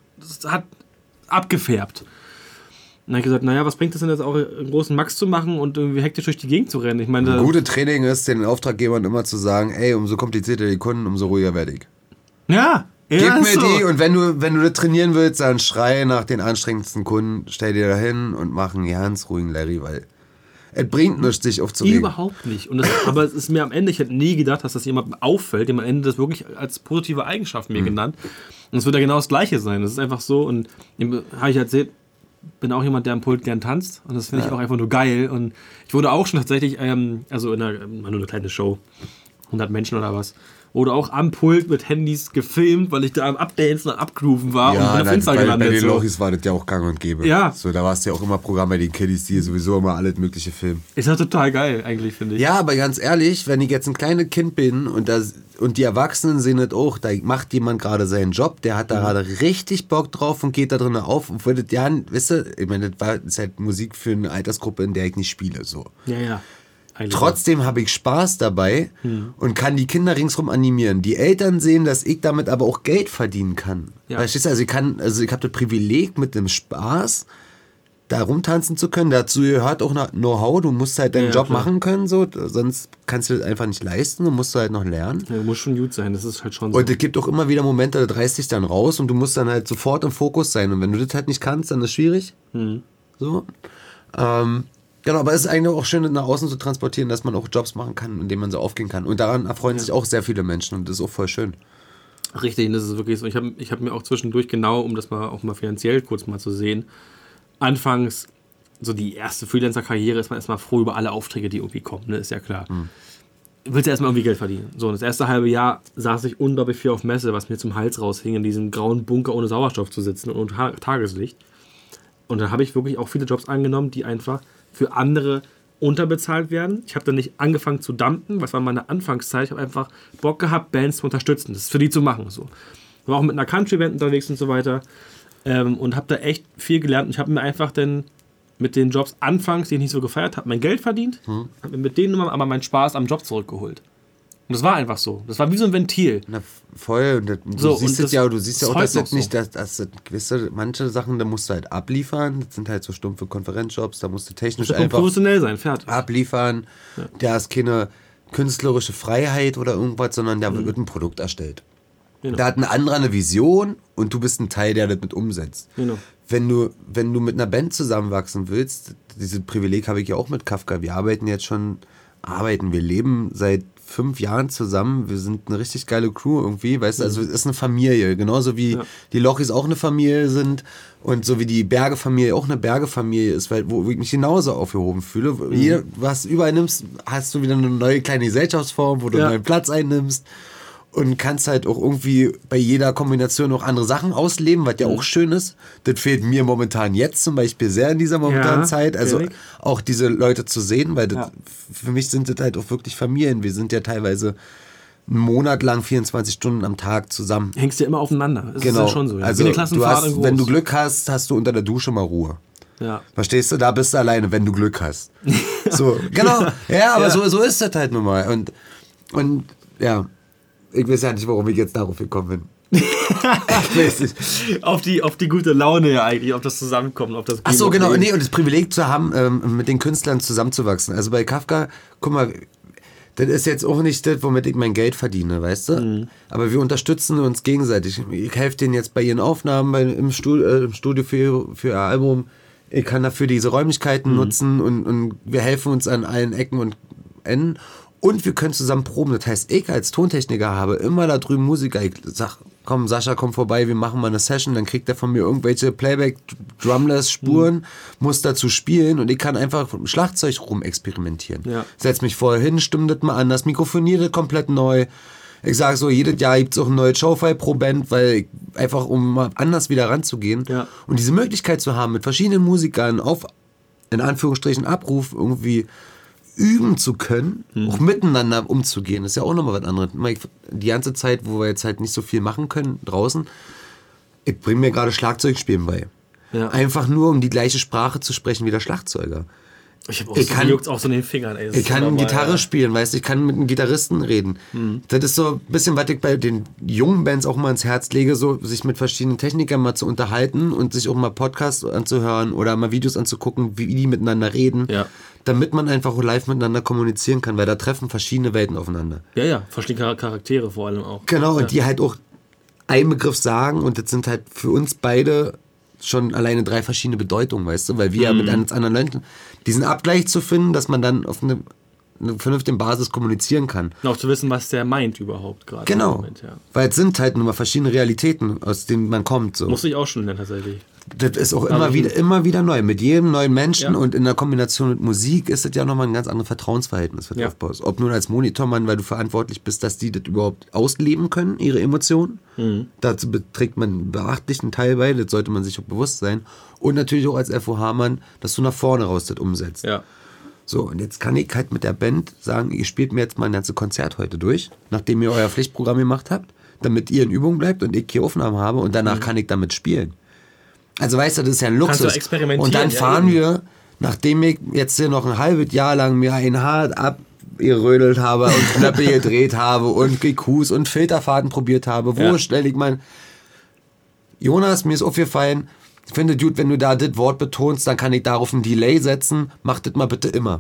abgefärbt. Und dann habe ich gesagt, naja, was bringt es denn jetzt auch, einen großen Max zu machen und irgendwie hektisch durch die Gegend zu rennen? Ich meine, Gute Training ist, den Auftraggebern immer zu sagen, ey, umso komplizierter die Kunden, umso ruhiger werde ich. ja, Gib ja, mir so. die und wenn du das trainieren willst, dann schrei nach den anstrengendsten Kunden, stell dir da hin und mach einen ganz ruhigen Larry, weil es bringt nichts, sich aufzuregen. Überhaupt nicht. Aber es ist mir am Ende, ich hätte nie gedacht, dass das jemandem auffällt, dem am Ende das wirklich als positive Eigenschaft mir genannt. Und es wird ja genau das Gleiche sein. Das ist einfach so. Und habe ich erzählt, bin auch jemand, der am Pult gern tanzt. Und das finde ich auch einfach nur geil. Und ich wurde auch schon tatsächlich, also in war nur eine kleine Show, 100 Menschen oder was, wurde auch am Pult mit Handys gefilmt, weil ich da am Updaten und Abgrooven war und bin auf Insta bei gelandet. den So. Lochis war das ja auch gang und gäbe. Ja. So, da warst du ja auch immer Programm bei den Kiddies, die sowieso immer alles mögliche filmen. Ist ja total geil, eigentlich, finde ich. Ja, aber ganz ehrlich, wenn ich jetzt ein kleines Kind bin und die Erwachsenen sehen das auch, da macht jemand gerade seinen Job, der hat da gerade richtig Bock drauf und geht da drin auf und würde ja, weißt du, ich meine, das ist halt Musik für eine Altersgruppe, in der ich nicht spiele, so. Ja. Eigentlich Trotzdem habe ich Spaß dabei und kann die Kinder ringsrum animieren. Die Eltern sehen, dass ich damit aber auch Geld verdienen kann. Ja. Verstehst du? Also ich habe das Privileg mit dem Spaß, da rumtanzen zu können. Dazu gehört auch noch Know-how. Du musst halt deinen Ja, Job klar. machen können, so. Sonst kannst du das einfach nicht leisten. Du musst halt noch lernen. Ja, muss schon gut sein, das ist halt schon so. Und es gibt auch immer wieder Momente, da dreist dich dann raus und du musst dann halt sofort im Fokus sein. Und wenn du das halt nicht kannst, dann ist es schwierig. So. Genau, aber es ist eigentlich auch schön, nach außen zu transportieren, dass man auch Jobs machen kann, in denen man so aufgehen kann. Und daran erfreuen sich auch sehr viele Menschen und das ist auch voll schön. Richtig, das ist wirklich so. Ich hab mir auch zwischendurch genau, um das mal auch mal finanziell kurz mal zu sehen, anfangs, so die erste Freelancer-Karriere, ist man erstmal froh über alle Aufträge, die irgendwie kommen, ne? Ist ja klar. Willst du erstmal irgendwie Geld verdienen. So, und das erste halbe Jahr saß ich unglaublich viel auf Messe, was mir zum Hals raushing, in diesem grauen Bunker ohne Sauerstoff zu sitzen und Tageslicht. Und dann habe ich wirklich auch viele Jobs angenommen, die einfach für andere unterbezahlt werden. Ich habe dann nicht angefangen zu dumpen, was war meine Anfangszeit. Ich habe einfach Bock gehabt, Bands zu unterstützen, das für die zu machen. So. Ich war auch mit einer Country-Band unterwegs und so weiter und habe da echt viel gelernt. Und ich habe mir einfach dann mit den Jobs anfangs, die ich nicht so gefeiert habe, mein Geld verdient, habe mir mit denen aber meinen Spaß am Job zurückgeholt. Und das war einfach so. Das war wie so ein Ventil. Na, voll. Und du siehst es ja auch, dass das nicht, dass gewisse, manche Sachen, da musst du halt abliefern. Das sind halt so stumpfe Konferenzjobs, da musst du technisch einfach professionell sein, fertig. Abliefern. Ja. Da ist keine künstlerische Freiheit oder irgendwas, sondern da wird ein Produkt erstellt. Genau. Da hat ein anderer eine Vision und du bist ein Teil, der das mit umsetzt. Genau. Wenn du mit einer Band zusammenwachsen willst, dieses Privileg habe ich ja auch mit Kafka. Wir wir leben seit 5 Jahren zusammen. Wir sind eine richtig geile Crew irgendwie, weißt du, also es ist eine Familie. Genauso wie die Lochis auch eine Familie sind und so wie die Berge-Familie auch eine Berge-Familie ist, wo ich mich genauso aufgehoben fühle. Hier, was überall nimmst, hast du wieder eine neue kleine Gesellschaftsform, wo du einen neuen Platz einnimmst. Und kannst halt auch irgendwie bei jeder Kombination auch andere Sachen ausleben, was ja auch schön ist. Das fehlt mir momentan jetzt zum Beispiel sehr in dieser momentanen Zeit. Also auch diese Leute zu sehen, weil das, für mich sind das halt auch wirklich Familien. Wir sind ja teilweise einen Monat lang 24 Stunden am Tag zusammen. Hängst ja immer aufeinander. Das genau. Ist ja schon so. Ja. Also wenn du Glück hast, hast du unter der Dusche mal Ruhe. Ja. Verstehst du? Da bist du alleine, wenn du Glück hast. So, genau. Ja, aber so ist das halt nun mal. Und ja. Ich weiß ja nicht, warum ich jetzt darauf gekommen bin. Ich weiß nicht. Auf die gute Laune ja eigentlich, auf das Zusammenkommen, auf das Ach so, genau. Nee, und das Privileg zu haben, mit den Künstlern zusammenzuwachsen. Also bei Kafka, guck mal, das ist jetzt auch nicht das, womit ich mein Geld verdiene, weißt du? Aber wir unterstützen uns gegenseitig. Ich helfe denen jetzt bei ihren Aufnahmen im Studio für ihr Album. Ich kann dafür diese Räumlichkeiten nutzen und wir helfen uns an allen Ecken und Enden. Und wir können zusammen proben. Das heißt, ich als Tontechniker habe immer da drüben Musiker. Ich sag, komm, Sascha, komm vorbei, wir machen mal eine Session. Dann kriegt er von mir irgendwelche Playback-Drumless-Spuren, muss dazu spielen und ich kann einfach mit dem Schlagzeug rumexperimentieren. Ja. Setz mich vorher hin, stimme das mal anders, mikrofoniere komplett neu. Ich sage so, jedes Jahr gibt es auch ein neues Showfile pro Band, weil einfach, um mal anders wieder ranzugehen. Ja. Und diese Möglichkeit zu haben, mit verschiedenen Musikern auf, in Anführungsstrichen, Abruf irgendwie üben zu können, auch miteinander umzugehen, ist ja auch nochmal was anderes. Die ganze Zeit, wo wir jetzt halt nicht so viel machen können draußen, ich bringe mir gerade Schlagzeugspielen bei. Ja. Einfach nur, um die gleiche Sprache zu sprechen wie der Schlagzeuger. Juckt auch so in den Fingern. Ey, ich kann Gitarre spielen, weißt du, ich kann mit einem Gitarristen reden. Das ist so ein bisschen, was ich bei den jungen Bands auch mal ins Herz lege, so sich mit verschiedenen Technikern mal zu unterhalten und sich auch mal Podcasts anzuhören oder mal Videos anzugucken, wie die miteinander reden, damit man einfach live miteinander kommunizieren kann, weil da treffen verschiedene Welten aufeinander. Ja, verschiedene Charaktere vor allem auch. Genau, und die halt auch einen Begriff sagen und das sind halt für uns beide schon alleine 3 verschiedene Bedeutungen, weißt du, weil wir ja mit anderen Leuten diesen Abgleich zu finden, dass man dann auf eine vernünftige Basis kommunizieren kann. Und auch zu wissen, was der meint überhaupt gerade. Genau, im Moment, weil es sind halt nur mal verschiedene Realitäten, aus denen man kommt. So. Muss ich auch schon lernen, tatsächlich. Das ist auch immer wieder neu. Mit jedem neuen Menschen und in der Kombination mit Musik ist das ja nochmal ein ganz anderes Vertrauensverhältnis, was du aufbaust. Ob nun als Monitormann, weil du verantwortlich bist, dass die das überhaupt ausleben können, ihre Emotionen. Dazu trägt man einen beachtlichen Teil bei, das sollte man sich auch bewusst sein. Und natürlich auch als FOH-Mann, dass du nach vorne raus das umsetzt. Ja. So, und jetzt kann ich halt mit der Band sagen, ihr spielt mir jetzt mal ein ganzes Konzert heute durch, nachdem ihr euer Pflichtprogramm gemacht habt, damit ihr in Übung bleibt und ich hier Aufnahmen habe und danach kann ich damit spielen. Also weißt du, das ist ja ein Luxus. Kannst du experimentieren. Und dann fahren wir, nachdem ich jetzt hier noch ein halbes Jahr lang mir ein Haar abgerödelt habe und Knöpfe gedreht habe und GQs und Filterfahrten probiert habe, wo stelle ich mein... Jonas, mir ist aufgefallen, ich finde gut, wenn du da das Wort betonst, dann kann ich darauf ein Delay setzen. Mach das mal bitte immer.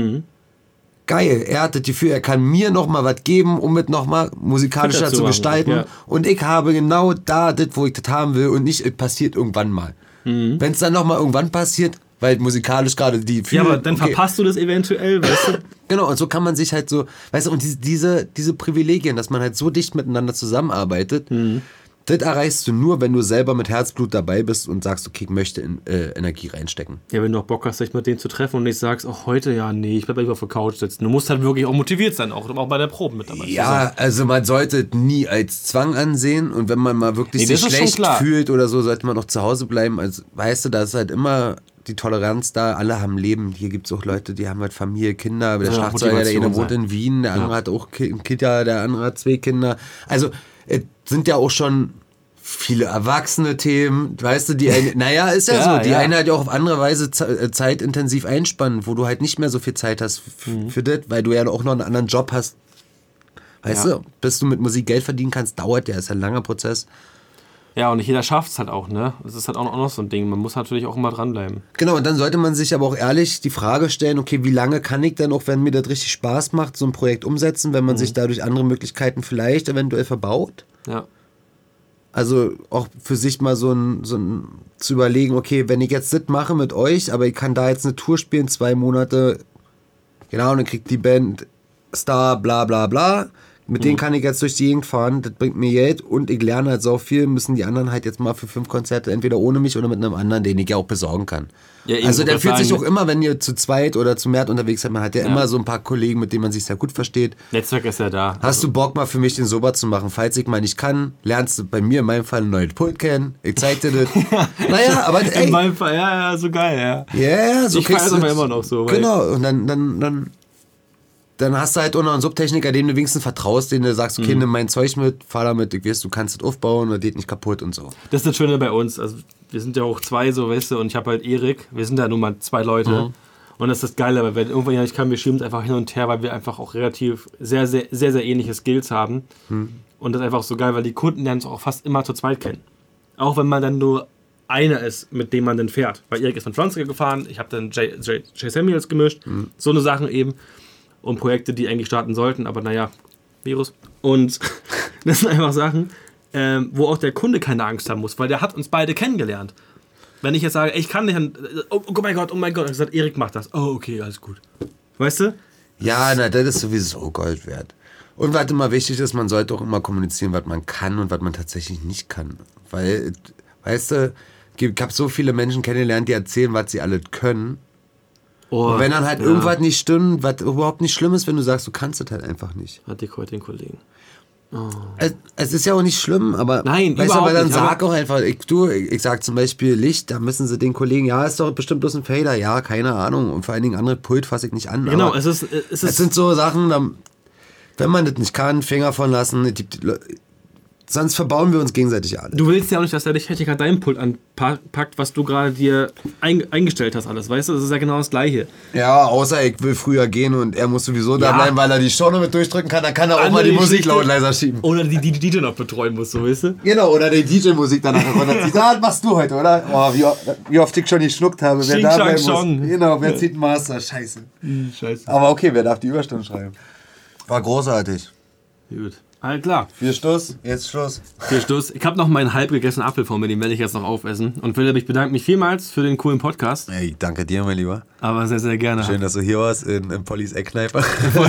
Geil, er hat das Gefühl, er kann mir noch mal was geben, um es noch mal musikalischer zu gestalten. Ja. Und ich habe genau da das, wo ich das haben will und nicht, es passiert irgendwann mal. Wenn es dann noch mal irgendwann passiert, weil musikalisch gerade die... Ja, aber dann verpasst du das eventuell, weißt du? Genau, und so kann man sich halt so... Weißt du, und diese Privilegien, dass man halt so dicht miteinander zusammenarbeitet, Das erreichst du nur, wenn du selber mit Herzblut dabei bist und sagst, okay, ich möchte Energie reinstecken. Ja, wenn du auch Bock hast, dich mit denen zu treffen und nicht sagst, auch heute, ja, nee, ich bleib lieber auf der Couch sitzen. Du musst halt wirklich auch motiviert sein, auch bei der Probe mit dabei. Ja, also man sollte es nie als Zwang ansehen und wenn man mal wirklich sich das ist schlecht schon klar. fühlt oder so, sollte man noch zu Hause bleiben. Also, weißt du, da ist halt immer die Toleranz da, alle haben Leben. Hier gibt es auch Leute, die haben halt Familie, Kinder. Der Schlagzeuger, der eine wohnt in Wien, der andere hat auch ein Kind, der andere hat 2 Kinder. Also es sind ja auch schon viele erwachsene Themen, weißt du, die naja, ist ja so, die eine halt ja auch auf andere Weise zeitintensiv einspannen, wo du halt nicht mehr so viel Zeit hast für das, weil du ja auch noch einen anderen Job hast. Weißt du, bis du mit Musik Geld verdienen kannst, dauert ist ja ein langer Prozess. Ja, und nicht jeder schafft es halt auch, ne? Das ist halt auch noch so ein Ding. Man muss natürlich auch immer dranbleiben. Genau, und dann sollte man sich aber auch ehrlich die Frage stellen, okay, wie lange kann ich denn auch, wenn mir das richtig Spaß macht, so ein Projekt umsetzen, wenn man sich dadurch andere Möglichkeiten vielleicht eventuell verbaut? Ja. Also auch für sich mal so ein zu überlegen, okay, wenn ich jetzt das mache mit euch, aber ich kann da jetzt eine Tour spielen, 2 Monate, genau, und dann kriegt die Band Star, bla bla bla. Mit denen kann ich jetzt durch die Gegend fahren, das bringt mir Geld und ich lerne halt so viel, müssen die anderen halt jetzt mal für 5 Konzerte entweder ohne mich oder mit einem anderen, den ich ja auch besorgen kann. Ja, also der fühlt sich auch immer, wenn ihr zu zweit oder zu mehr unterwegs seid, man hat ja immer so ein paar Kollegen, mit denen man sich sehr gut versteht. Netzwerk ist ja da. Hast du Bock mal für mich den Sober zu machen? Falls ich mal nicht kann, lernst du bei mir in meinem Fall ein neues Pult kennen, ich zeig dir das. Naja, aber ey. In meinem Fall, ja, so geil, ja. Ja, so ich feiere es aber immer noch so. Genau, und dann hast du halt auch noch einen Subtechniker, dem du wenigstens vertraust, den du sagst, okay, nimm mein Zeug mit, fahr damit, ich weiß, du kannst es aufbauen und geht nicht kaputt und so. Das ist das Schöne bei uns, also wir sind ja auch 2, so, weißt du, und ich habe halt Erik, wir sind ja nun mal 2 Leute und das ist das Geile, weil wenn irgendwann ja nicht kann, wir schieben es einfach hin und her, weil wir einfach auch relativ sehr, sehr, sehr, sehr ähnliche Skills haben und das ist einfach so geil, weil die Kunden lernen es auch fast immer zu zweit kennen. Auch wenn man dann nur einer ist, mit dem man dann fährt. Weil Erik ist mit Franzke gefahren, ich habe dann Jay Samuels gemischt, so eine Sachen eben. Und Projekte, die eigentlich starten sollten, aber naja, Virus. Und das sind einfach Sachen, wo auch der Kunde keine Angst haben muss, weil der hat uns beide kennengelernt. Wenn ich jetzt sage, ey, ich kann nicht, oh mein Gott, und ich sage, Erik macht das. Oh, okay, alles gut. Weißt du? Ja, na, das ist sowieso Gold wert. Und was immer wichtig ist, man sollte auch immer kommunizieren, was man kann und was man tatsächlich nicht kann. Weil, weißt du, ich habe so viele Menschen kennengelernt, die erzählen, was sie alle können. Oh, und wenn dann halt irgendwas nicht stimmt, was überhaupt nicht schlimm ist, wenn du sagst, du kannst das halt einfach nicht. Hatte ich heute den Kollegen. Oh. Es ist ja auch nicht schlimm, aber nein, weißt du, aber dann nicht, sag auch einfach, ich sag zum Beispiel Licht, da müssen sie den Kollegen, ja, ist doch bestimmt bloß ein Fader, ja, keine Ahnung. Und vor allen Dingen andere Pult fasse ich nicht an. Genau, es sind so Sachen, wenn man das nicht kann, Finger von lassen, sonst verbauen wir uns gegenseitig alle. Du willst ja auch nicht, dass der Techniker deinen Pult anpackt, was du gerade dir eingestellt hast, alles, weißt du? Das ist ja genau das Gleiche. Ja, außer ich will früher gehen und er muss sowieso da bleiben, weil er die Show noch mit durchdrücken kann, dann kann er auch mal die Musik laut leiser schieben. Oder die DJ noch betreuen muss, so, weißt du? Genau, oder die DJ-Musik danach runterzieht. Das machst du heute, oder? Oh, wie oft ich schon geschluckt habe. Wer da bleiben muss. Genau, wer zieht einen Master? Scheiße. Scheiße. Aber okay, wer darf die Überstunden schreiben? War großartig. Gut. Alles klar. 4 Stoß, jetzt Schluss. 4 Stoß. Ich habe noch meinen halb gegessenen Apfel vor mir, den werde ich jetzt noch aufessen. Und Philipp, ich bedanke mich vielmals für den coolen Podcast. Hey, danke dir, mein Lieber. Aber sehr, sehr gerne. Schön, dass du hier warst in Pollys Eckkneipe.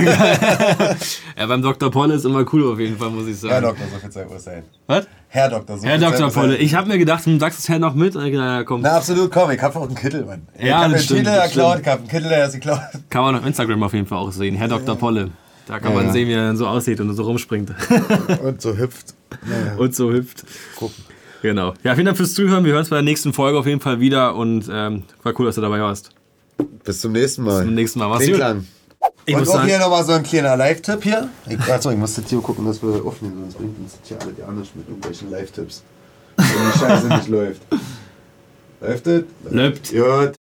Ja, beim Dr. Polle ist immer cool auf jeden Fall, muss ich sagen. Herr Doktor, so viel Zeit muss sein. Was? Herr Doktor, so Herr viel Dr. Zeit Polle. Ich habe mir gedacht, du sagst es Herr noch mit. Ja, komm. Na, absolut, komm, ich hab auch einen Kittel, Mann. Ja, ich hab das stimmt. Ich hab einen Kittel, der ist geklaut. Kann man auf Instagram auf jeden Fall auch sehen. Herr Dr. Polle. Da kann man sehen, wie er dann so aussieht und so rumspringt. Und so hüpft. Naja. Und so hüpft. Gucken. Genau. Ja, vielen Dank fürs Zuhören. Wir hören uns bei der nächsten Folge auf jeden Fall wieder. Und war cool, dass du dabei warst. Bis zum nächsten Mal. Bis zum nächsten Mal. Mach's gut. Ich und muss auch sagen, hier nochmal so ein kleiner Live-Tipp hier. Ich muss das hier gucken, dass wir aufnehmen, sonst bringt uns das hier alle die anderen mit irgendwelchen Live-Tipps. Wenn die Scheiße nicht läuft. Läuft das? Läuft. Gut.